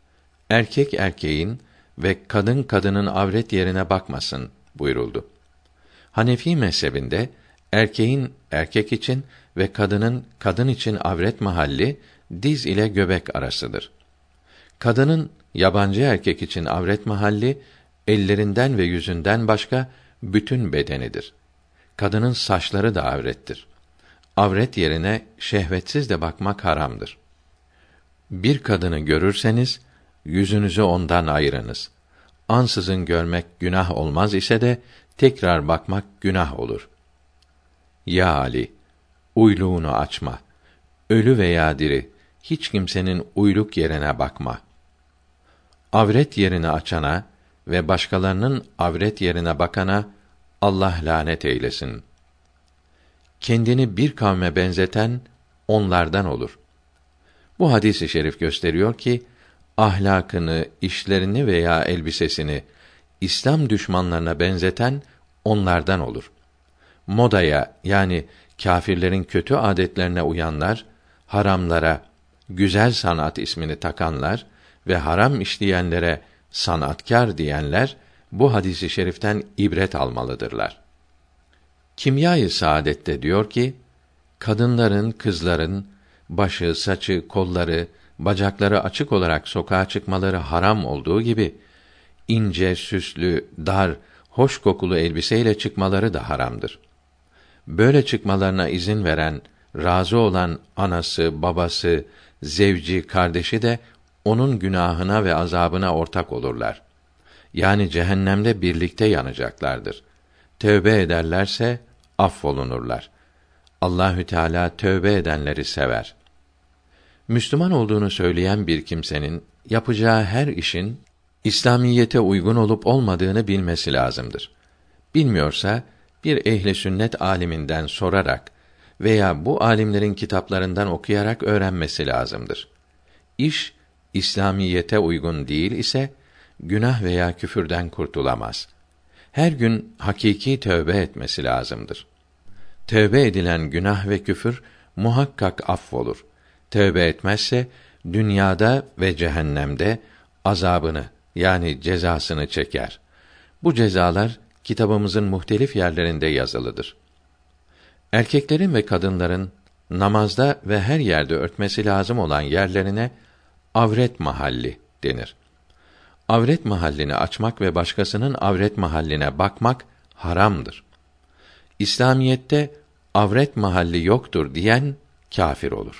erkek erkeğin ve kadın kadının avret yerine bakmasın buyuruldu. Hanefi mezhebinde erkeğin erkek için ve kadının kadın için avret mahalli diz ile göbek arasıdır. Kadının yabancı erkek için avret mahalli ellerinden ve yüzünden başka bütün bedenidir. Kadının saçları da avrettir. Avret yerine şehvetsiz de bakmak haramdır. Bir kadını görürseniz, yüzünüzü ondan ayırınız. Ansızın görmek günah olmaz ise de, tekrar bakmak günah olur. Ya Ali, uyluğunu açma. Ölü veya diri, hiç kimsenin uyluk yerine bakma. Avret yerini açana ve başkalarının avret yerine bakana, Allah lanet eylesin. Kendini bir kavme benzeten, onlardan olur. Bu hadis-i şerif gösteriyor ki, ahlakını, işlerini veya elbisesini İslam düşmanlarına benzeten onlardan olur. Modaya, yani kâfirlerin kötü adetlerine uyanlar, haramlara güzel sanat ismini takanlar ve haram işleyenlere sanatkar diyenler bu hadis-i şeriften ibret almalıdırlar. Kimya-i Saadet'te diyor ki, kadınların, kızların başı, saçı, kolları, bacakları açık olarak sokağa çıkmaları haram olduğu gibi, ince, süslü, dar, hoş kokulu elbiseyle çıkmaları da haramdır. Böyle çıkmalarına izin veren, razı olan anası, babası, zevci, kardeşi de onun günahına ve azabına ortak olurlar. Yani cehennemde birlikte yanacaklardır. Tövbe ederlerse affolunurlar. Allahü Teala tövbe edenleri sever. Müslüman olduğunu söyleyen bir kimsenin yapacağı her işin İslamiyete uygun olup olmadığını bilmesi lazımdır. Bilmiyorsa bir ehli sünnet aliminden sorarak veya bu alimlerin kitaplarından okuyarak öğrenmesi lazımdır. İş İslamiyete uygun değil ise günah veya küfürden kurtulamaz. Her gün hakiki tövbe etmesi lazımdır. Tövbe edilen günah ve küfür muhakkak affolur. Tövbe etmezse dünyada ve cehennemde azabını, yani cezasını çeker. Bu cezalar kitabımızın muhtelif yerlerinde yazılıdır. Erkeklerin ve kadınların namazda ve her yerde örtmesi lazım olan yerlerine avret mahalli denir. Avret mahallini açmak ve başkasının avret mahalline bakmak haramdır. İslamiyette avret mahalli yoktur diyen kâfir olur.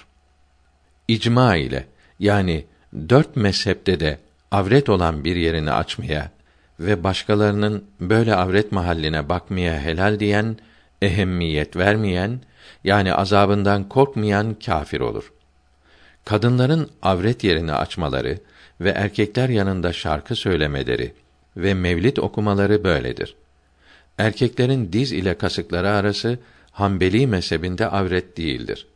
İcma ile, yani 4 mezhepte de avret olan bir yerini açmaya ve başkalarının böyle avret mahalline bakmaya helal diyen, ehemmiyet vermeyen, yani azabından korkmayan kâfir olur. Kadınların avret yerini açmaları ve erkekler yanında şarkı söylemeleri ve mevlid okumaları böyledir. Erkeklerin diz ile kasıkları arası Hanbeli mezhebinde avret değildir.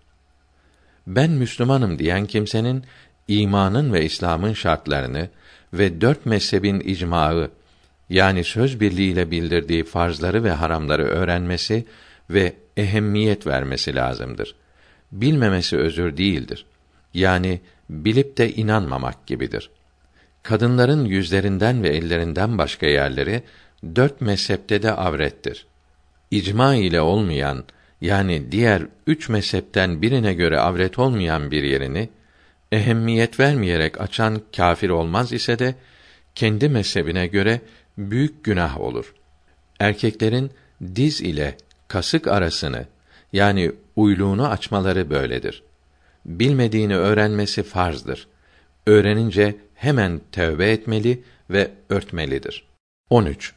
Ben Müslümanım diyen kimsenin imanın ve İslam'ın şartlarını ve 4 mezhebin icmaı, yani söz birliğiyle bildirdiği farzları ve haramları öğrenmesi ve ehemmiyet vermesi lazımdır. Bilmemesi özür değildir. Yani bilip de inanmamak gibidir. Kadınların yüzlerinden ve ellerinden başka yerleri 4 mezhepte de avrettir. İcma ile olmayan, yani diğer 3 mezhepten birine göre avret olmayan bir yerini ehemmiyet vermeyerek açan kâfir olmaz ise de kendi mezhebine göre büyük günah olur. Erkeklerin diz ile kasık arasını, yani uyluğunu açmaları böyledir. Bilmediğini öğrenmesi farzdır. Öğrenince hemen tövbe etmeli ve örtmelidir. 13.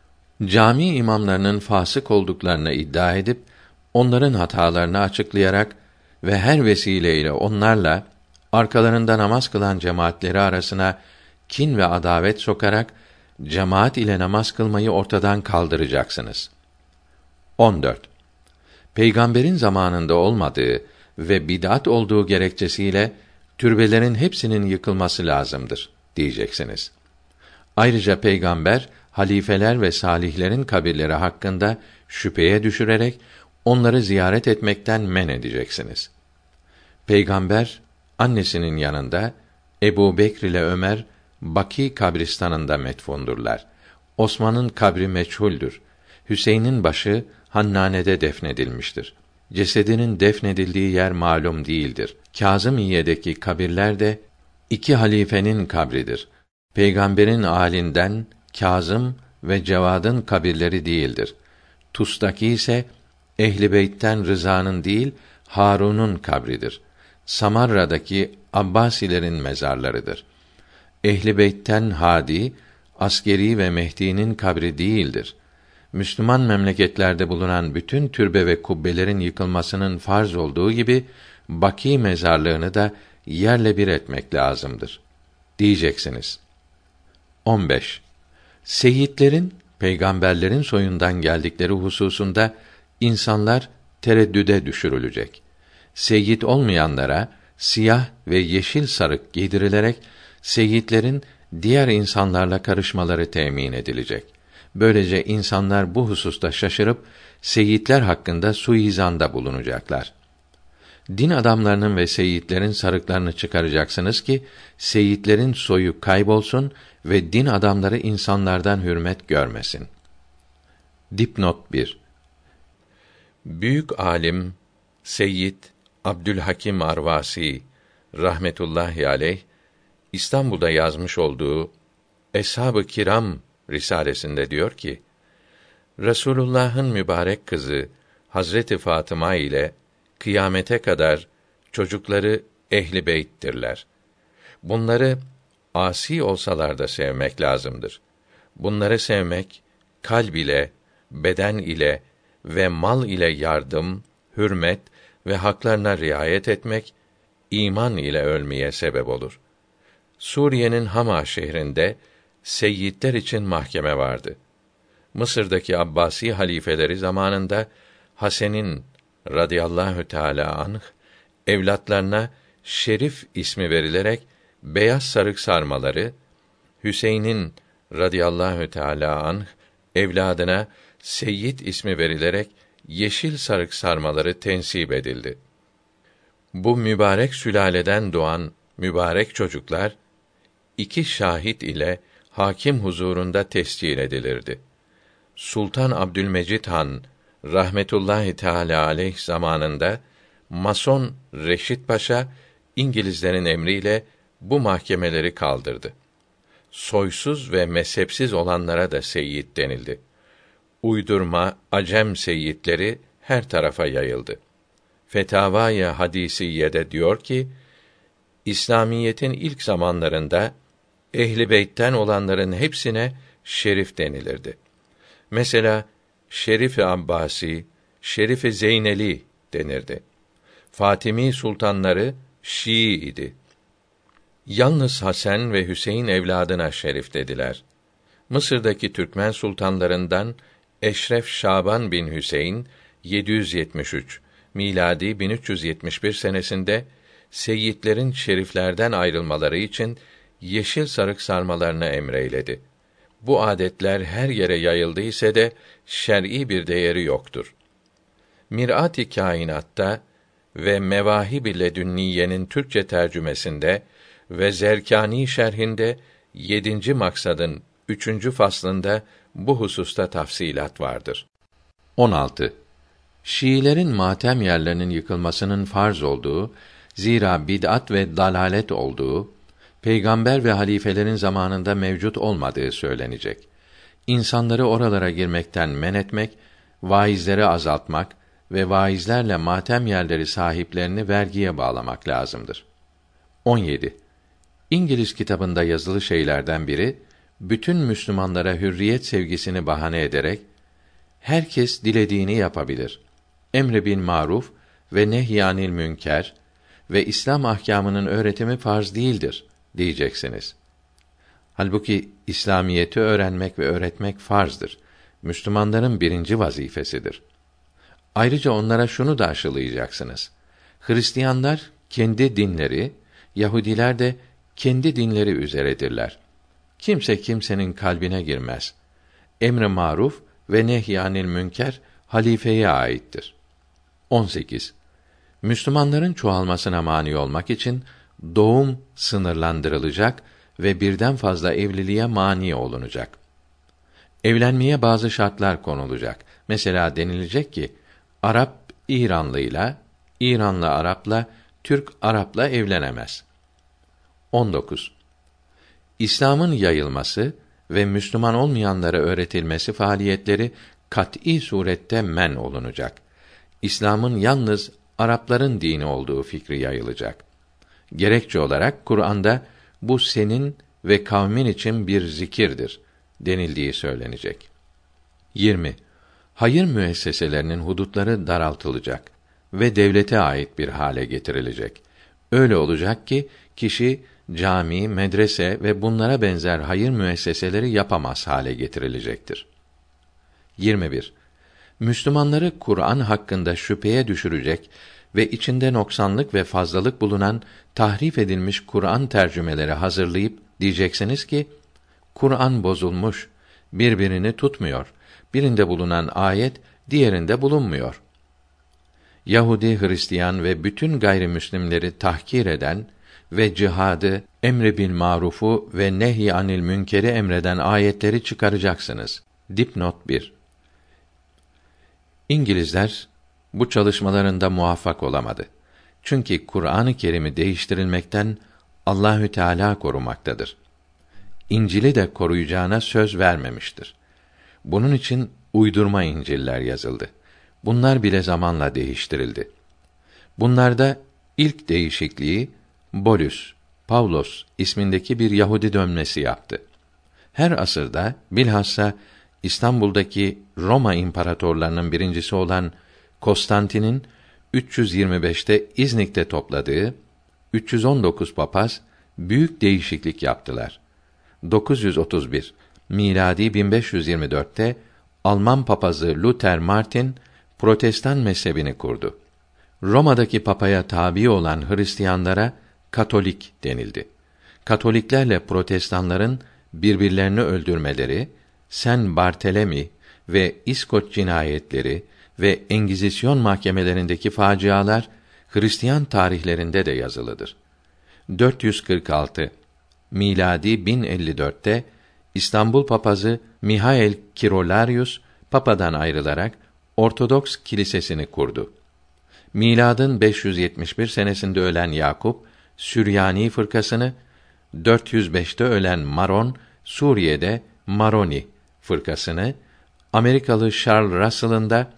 Cami imamlarının fasık olduklarını iddia edip onların hatalarını açıklayarak ve her vesileyle onlarla arkalarında namaz kılan cemaatleri arasına kin ve adavet sokarak cemaat ile namaz kılmayı ortadan kaldıracaksınız. 14. Peygamberin zamanında olmadığı ve bid'at olduğu gerekçesiyle türbelerin hepsinin yıkılması lazımdır diyeceksiniz. Ayrıca peygamber halifeler ve salihlerin kabirleri hakkında şüpheye düşürerek onları ziyaret etmekten men edeceksiniz. Peygamber annesinin yanında, Ebu Bekr ile Ömer Baki kabristanında metfundurlar. Osman'ın kabri meçhuldür. Hüseyin'in başı Hannane'de defnedilmiştir. Cesedinin defnedildiği yer malum değildir. Kâzımiyye'deki kabirler de 2 halifenin kabridir. Peygamberin âlinden Kâzım ve Cevad'ın kabirleri değildir. Tus'taki ise Ehl-i Beyt'ten Rıza'nın değil, Harun'un kabridir. Samarra'daki Abbasilerin mezarlarıdır. Ehl-i Beyt'ten Hadi, Askeri ve Mehdi'nin kabri değildir. Müslüman memleketlerde bulunan bütün türbe ve kubbelerin yıkılmasının farz olduğu gibi, Baki mezarlığını da yerle bir etmek lazımdır. Diyeceksiniz. 15. Seyyidlerin, peygamberlerin soyundan geldikleri hususunda insanlar tereddüde düşürülecek. Seyyid olmayanlara siyah ve yeşil sarık giydirilerek seyyidlerin diğer insanlarla karışmaları temin edilecek. Böylece insanlar bu hususta şaşırıp seyyidler hakkında suizanda bulunacaklar. Din adamlarının ve seyyidlerin sarıklarını çıkaracaksınız ki seyyidlerin soyu kaybolsun ve din adamları insanlardan hürmet görmesin. Dipnot 1. Büyük alim Seyyid Abdülhakim Arvasi rahmetullahi aleyh İstanbul'da yazmış olduğu Eshab-ı Kiram risalesinde diyor ki: Resulullah'ın mübarek kızı Hazreti Fatıma ile kıyamete kadar çocukları Ehl-i Beyt'tirler. Bunları asi olsalar da sevmek lazımdır. Bunları sevmek kalb ile, beden ile ve mal ile yardım, hürmet ve haklarına riayet etmek iman ile ölmeye sebep olur. Suriye'nin Hama şehrinde seyyidler için mahkeme vardı. Mısır'daki Abbasi halifeleri zamanında Hasen'in radıyallahu teâlâ anh evlatlarına Şerif ismi verilerek beyaz sarık sarmaları, Hüseyin'in radıyallahu teâlâ anh evladına Seyyid ismi verilerek yeşil sarık sarmaları tensip edildi. Bu mübarek sülaleden doğan mübarek çocuklar iki şahit ile hakim huzurunda tescil edilirdi. Sultan Abdülmecid Han rahmetullahi teâlâ aleyh zamanında Mason Reşit Paşa İngilizlerin emriyle bu mahkemeleri kaldırdı. Soysuz ve mezhepsiz olanlara da seyyid denildi. Uydurma Acem seyyidleri her tarafa yayıldı. Fetavâ-i Hadîsiyye'de diyor ki, İslamiyetin ilk zamanlarında Ehl-i Beyt'ten olanların hepsine şerif denilirdi. Mesela Şerif-i Abbasi, Şerif-i Zeyneli denirdi. Fatimi sultanları Şii idi. Yalnız Hasan ve Hüseyin evladına şerif dediler. Mısır'daki Türkmen sultanlarından Eşref Şaban bin Hüseyin 773 miladi 1371 senesinde seyyidlerin şeriflerden ayrılmaları için yeşil sarık sarmalarını emreyledi. Bu adetler her yere yayıldı ise de şer'i bir değeri yoktur. Mir'at-ı Kainat'ta ve Mevâhib-i Ledünniye'nin Türkçe tercümesinde ve Zerkâni şerhinde 7. maksadın 3. faslında bu hususta tafsilat vardır. 16. Şiilerin matem yerlerinin yıkılmasının farz olduğu, zira bid'at ve dalalet olduğu, peygamber ve halifelerin zamanında mevcut olmadığı söylenecek. İnsanları oralara girmekten men etmek, vaizleri azaltmak ve vaizlerle matem yerleri sahiplerini vergiye bağlamak lazımdır. 17. İngiliz kitabında yazılı şeylerden biri, bütün Müslümanlara hürriyet sevgisini bahane ederek, herkes dilediğini yapabilir. Emr-i bil maruf ve nehyanil münker ve İslam ahkâmının öğretimi farz değildir diyeceksiniz. Halbuki İslamiyeti öğrenmek ve öğretmek farzdır. Müslümanların birinci vazifesidir. Ayrıca onlara şunu da aşılayacaksınız. Hristiyanlar kendi dinleri, Yahudiler de kendi dinleri üzeredirler. Kimse kimsenin kalbine girmez. Emr-i maruf ve nehyanil münker halifeye aittir. 18. Müslümanların çoğalmasına mani olmak için doğum sınırlandırılacak ve birden fazla evliliğe mani olunacak. Evlenmeye bazı şartlar konulacak. Mesela denilecek ki Arap İranlıyla, İranlı Arap'la, Türk Arap'la evlenemez. 19. İslam'ın yayılması ve Müslüman olmayanlara öğretilmesi faaliyetleri kat'î surette men olunacak. İslam'ın yalnız Arapların dini olduğu fikri yayılacak. Gerekçe olarak Kur'an'da bu senin ve kavmin için bir zikirdir denildiği söylenecek. 20. Hayır müesseselerinin hudutları daraltılacak ve devlete ait bir hale getirilecek. Öyle olacak ki kişi cami, medrese ve bunlara benzer hayır müesseseleri yapamaz hale getirilecektir. 21. Müslümanları Kur'an hakkında şüpheye düşürecek ve içinde noksanlık ve fazlalık bulunan tahrif edilmiş Kur'an tercümeleri hazırlayıp diyeceksiniz ki Kur'an bozulmuş, birbirini tutmuyor. Birinde bulunan ayet diğerinde bulunmuyor. Yahudi, Hristiyan ve bütün gayrimüslimleri tahkir eden ve cihadı, emri bil marufu ve nehy anil münkeri emreden ayetleri çıkaracaksınız. Dipnot 1. İngilizler bu çalışmalarında muvaffak olamadı. Çünkü Kur'an-ı Kerim'i değiştirilmekten Allahü Teala korumaktadır. İncil'i de koruyacağına söz vermemiştir. Bunun için uydurma İncil'ler yazıldı. Bunlar bile zamanla değiştirildi. Bunlarda ilk değişikliği Bolus, Pavlos ismindeki bir Yahudi dönmesi yaptı. Her asırda, bilhassa İstanbul'daki Roma imparatorlarının birincisi olan Konstantin'in 325'te İznik'te topladığı 319 papaz büyük değişiklik yaptılar. 931 miladi 1524'te Alman papazı Luther Martin Protestan mezhebini kurdu. Roma'daki papaya tabi olan Hristiyanlara Katolik denildi. Katoliklerle Protestanların birbirlerini öldürmeleri, Sen Bartelemi ve İskoç cinayetleri ve Engizisyon mahkemelerindeki facialar Hristiyan tarihlerinde de yazılıdır. 446 miladi 1054'te İstanbul papazı Mihail Kirolarius papadan ayrılarak Ortodoks kilisesini kurdu. Miladın 571 senesinde ölen Yakup Süryani fırkasını, 405'te ölen Maron Suriye'de Maroni fırkasını, Amerikalı Charles Russell'ın da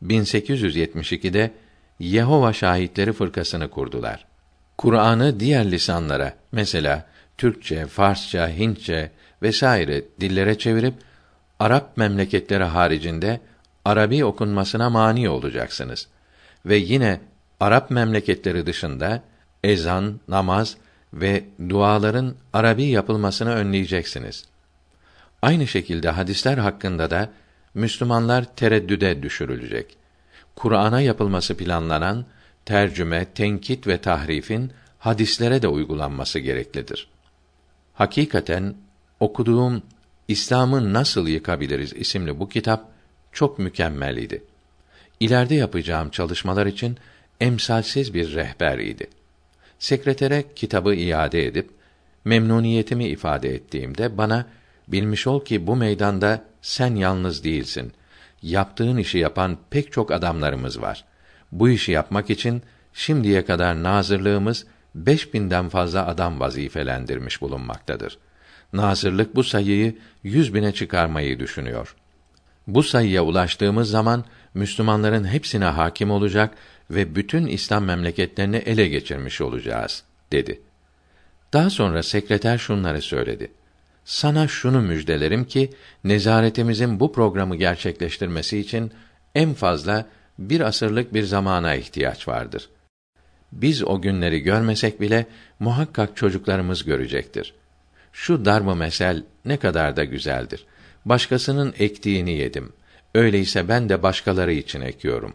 1872'de Yehova Şahitleri fırkasını kurdular. Kur'an'ı diğer lisanlara, mesela Türkçe, Farsça, Hintçe vesaire dillere çevirip Arap memleketleri haricinde Arabi okunmasına mani olacaksınız. Ve yine Arap memleketleri dışında ezan, namaz ve duaların Arabi yapılmasını önleyeceksiniz. Aynı şekilde hadisler hakkında da Müslümanlar tereddüde düşürülecek. Kur'an'a yapılması planlanan tercüme, tenkit ve tahrifin hadislere de uygulanması gereklidir. Hakikaten okuduğum İslam'ı Nasıl Yıkabiliriz isimli bu kitap çok mükemmel idi. İleride yapacağım çalışmalar için emsalsiz bir rehber idi. Sekretere kitabı iade edip memnuniyetimi ifade ettiğimde bana bilmiş ol ki bu meydanda sen yalnız değilsin. Yaptığın işi yapan pek çok adamlarımız var. Bu işi yapmak için şimdiye kadar nazırlığımız 5000'den fazla adam vazifelendirmiş bulunmaktadır. Nazırlık bu sayıyı 100.000'e çıkarmayı düşünüyor. Bu sayıya ulaştığımız zaman Müslümanların hepsine hakim olacak ve bütün İslam memleketlerini ele geçirmiş olacağız, dedi. Daha sonra sekreter şunları söyledi. Sana şunu müjdelerim ki, nezaretimizin bu programı gerçekleştirmesi için en fazla 1 asırlık bir zamana ihtiyaç vardır. Biz o günleri görmesek bile, muhakkak çocuklarımız görecektir. Şu darb-ı mesel ne kadar da güzeldir. Başkasının ektiğini yedim. Öyleyse ben de başkaları için ekiyorum.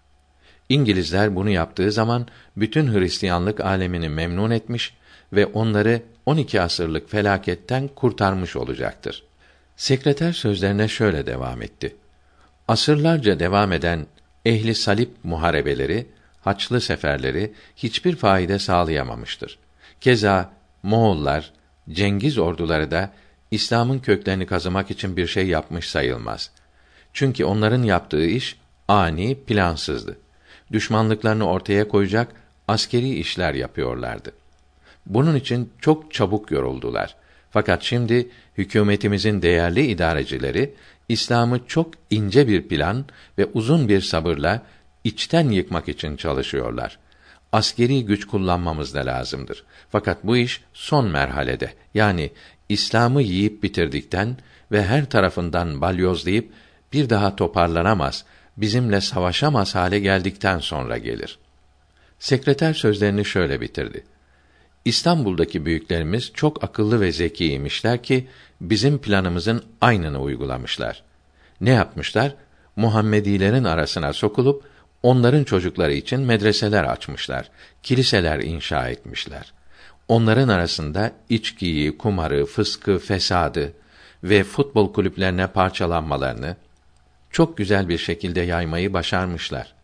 İngilizler bunu yaptığı zaman bütün Hristiyanlık alemini memnun etmiş ve onları 12 asırlık felaketten kurtarmış olacaktır. Sekreter sözlerine şöyle devam etti. Asırlarca devam eden ehli salip muharebeleri, haçlı seferleri hiçbir faide sağlayamamıştır. Keza Moğollar, Cengiz orduları da İslam'ın köklerini kazımak için bir şey yapmış sayılmaz. Çünkü onların yaptığı iş ani, plansızdı. Düşmanlıklarını ortaya koyacak askeri işler yapıyorlardı. Bunun için çok çabuk yoruldular. Fakat şimdi hükümetimizin değerli idarecileri İslam'ı çok ince bir plan ve uzun bir sabırla içten yıkmak için çalışıyorlar. Askeri güç kullanmamız da lazımdır. Fakat bu iş son merhalede. Yani İslam'ı yiyip bitirdikten ve her tarafından balyozlayıp bir daha toparlanamaz, bizimle savaşamaz hale geldikten sonra gelir. Sekreter sözlerini şöyle bitirdi: İstanbul'daki büyüklerimiz çok akıllı ve zekiymişler ki bizim planımızın aynını uygulamışlar. Ne yapmışlar? Muhammedilerin arasına sokulup onların çocukları için medreseler açmışlar, kiliseler inşa etmişler. Onların arasında içkiyi, kumarı, fıskı, fesadı ve futbol kulüplerine parçalanmalarını çok güzel bir şekilde yaymayı başarmışlar.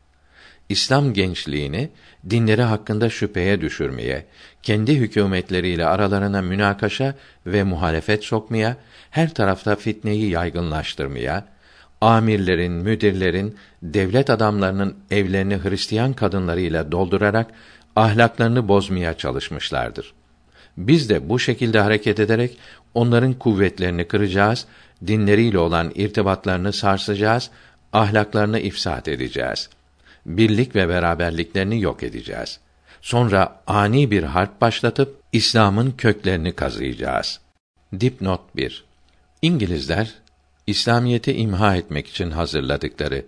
İslam gençliğini dinleri hakkında şüpheye düşürmeye, kendi hükümetleriyle aralarına münakaşa ve muhalefet sokmaya, her tarafta fitneyi yaygınlaştırmaya, amirlerin, müdirlerin, devlet adamlarının evlerini Hristiyan kadınlarıyla doldurarak ahlaklarını bozmaya çalışmışlardır. Biz de bu şekilde hareket ederek onların kuvvetlerini kıracağız, dinleriyle olan irtibatlarını sarsacağız, ahlaklarını ifsad edeceğiz. Birlik ve beraberliklerini yok edeceğiz. Sonra ani bir harp başlatıp İslam'ın köklerini kazıyacağız. Dipnot 1. İngilizler İslamiyeti imha etmek için hazırladıkları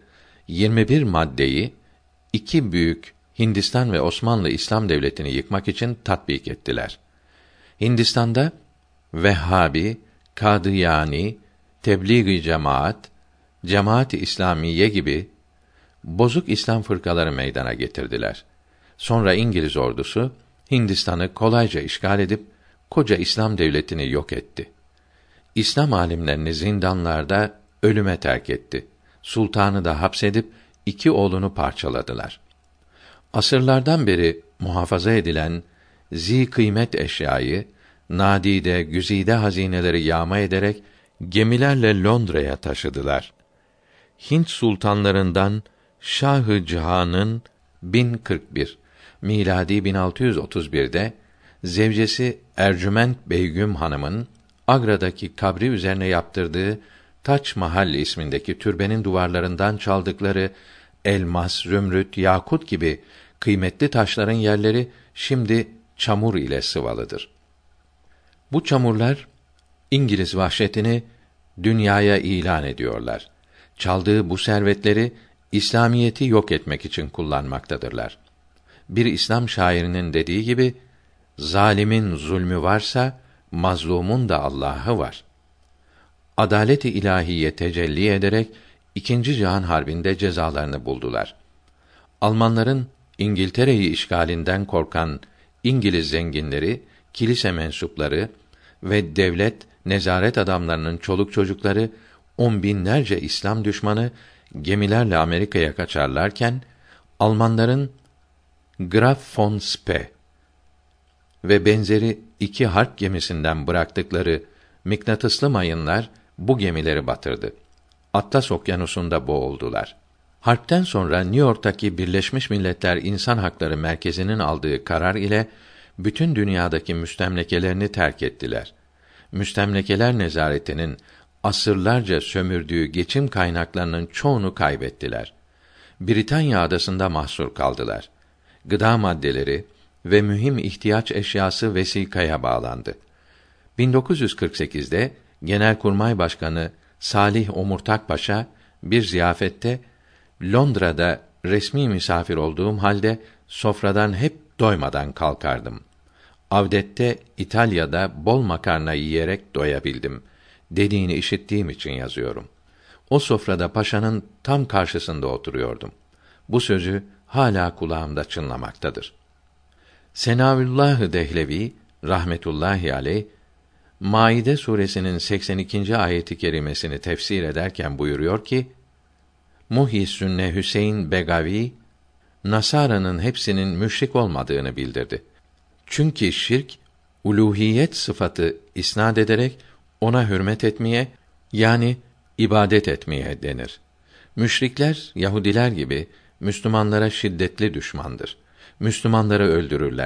21 maddeyi iki büyük Hindistan ve Osmanlı İslam devletini yıkmak için tatbik ettiler. Hindistan'da Vehhabi, Kadıyani, Tebliğ-i Cemaat, Cemaat-i İslamiye gibi bozuk İslam fırkaları meydana getirdiler. Sonra İngiliz ordusu Hindistan'ı kolayca işgal edip koca İslam devletini yok etti. İslam alimlerini zindanlarda ölüme terk etti. Sultanı da hapsedip iki oğlunu parçaladılar. Asırlardan beri muhafaza edilen kıymet eşyayı, nadide, güzide hazineleri yağma ederek gemilerle Londra'ya taşıdılar. Hint sultanlarından Şah-ı Cihan'ın 1041 miladi 1631'de zevcesi Ercüment Beygüm Hanım'ın Agra'daki kabri üzerine yaptırdığı Taç Mahal ismindeki türbenin duvarlarından çaldıkları elmas, zümrüt, yakut gibi kıymetli taşların yerleri şimdi çamur ile sıvalıdır. Bu çamurlar İngiliz vahşetini dünyaya ilan ediyorlar. Çaldığı bu servetleri İslamiyeti yok etmek için kullanmaktadırlar. Bir İslam şairinin dediği gibi, zalimin zulmü varsa mazlumun da Allah'ı var. Adalet-i ilahiye tecelli ederek İkinci Cihan Harbi'nde cezalarını buldular. Almanların İngiltere'yi işgalinden korkan İngiliz zenginleri, kilise mensupları ve devlet, nezaret adamlarının çoluk çocukları, on binlerce İslam düşmanı gemilerle Amerika'ya kaçarlarken, Almanların Graf von Spee ve benzeri iki harp gemisinden bıraktıkları mıknatıslı mayınlar bu gemileri batırdı. Atlas Okyanusu'nda boğuldular. Harpten sonra New York'taki Birleşmiş Milletler İnsan Hakları Merkezi'nin aldığı karar ile bütün dünyadaki müstemlekelerini terk ettiler. Müstemlekeler nezaretinin asırlarca sömürdüğü geçim kaynaklarının çoğunu kaybettiler. Britanya adasında mahsur kaldılar. Gıda maddeleri ve mühim ihtiyaç eşyası vesikaya bağlandı. 1948'de Genelkurmay Başkanı Salih Omurtak Paşa bir ziyafette, Londra'da resmi misafir olduğum halde sofradan hep doymadan kalkardım. Avdette İtalya'da bol makarna yiyerek doyabildim dediğini işittiğim için yazıyorum. O sofrada paşanın tam karşısında oturuyordum. Bu sözü hala kulağımda çınlamaktadır. Senaüllâh-ı Dehlevi rahmetullahi aleyh Maide suresinin 82. ayeti kerimesini tefsir ederken buyuruyor ki: Muhyi Sünne Hüseyin Begavi Nasara'nın hepsinin müşrik olmadığını bildirdi. Çünkü şirk uluhiyet sıfatı isnad ederek ona hürmet etmeye, yani ibadet etmeye denir. Müşrikler Yahudiler gibi Müslümanlara şiddetli düşmandır. Müslümanları öldürürler.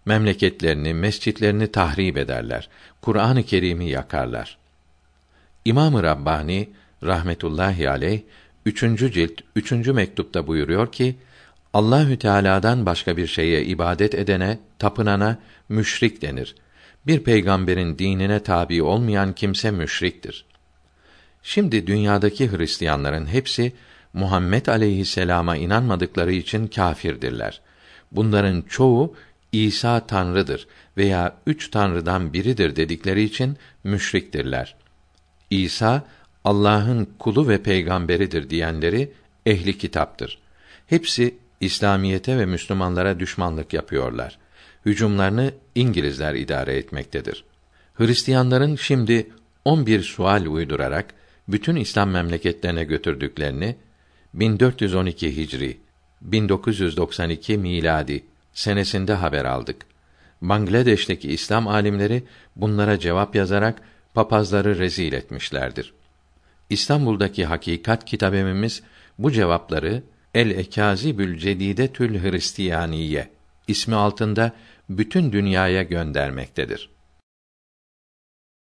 memleketlerini, mescitlerini tahrip ederler. Kur'an-ı Kerim'i yakarlar. İmam-ı Rabbani rahmetullahi aleyh 3. cilt 3. mektupta buyuruyor ki Allahü Teala'dan başka bir şeye ibadet edene, tapınana müşrik denir. Bir peygamberin dinine tabi olmayan kimse müşriktir. Şimdi dünyadaki Hristiyanların hepsi Muhammed aleyhisselama inanmadıkları için kâfirdirler. Bunların çoğu İsa tanrıdır veya 3 tanrıdan biridir dedikleri için müşriktirler. İsa Allah'ın kulu ve peygamberidir diyenleri ehli kitaptır. Hepsi İslamiyete ve Müslümanlara düşmanlık yapıyorlar. Hücumlarını İngilizler idare etmektedir. Hristiyanların şimdi 11 sual uydurarak bütün İslam memleketlerine götürdüklerini 1412 Hicri 1992 miladi senesinde haber aldık. Bangladeş'teki İslam alimleri bunlara cevap yazarak papazları rezil etmişlerdir. İstanbul'daki Hakikat kitabemiz bu cevapları El-Ekâzibül Cedîdetül Hristiyaniye ismi altında bütün dünyaya göndermektedir.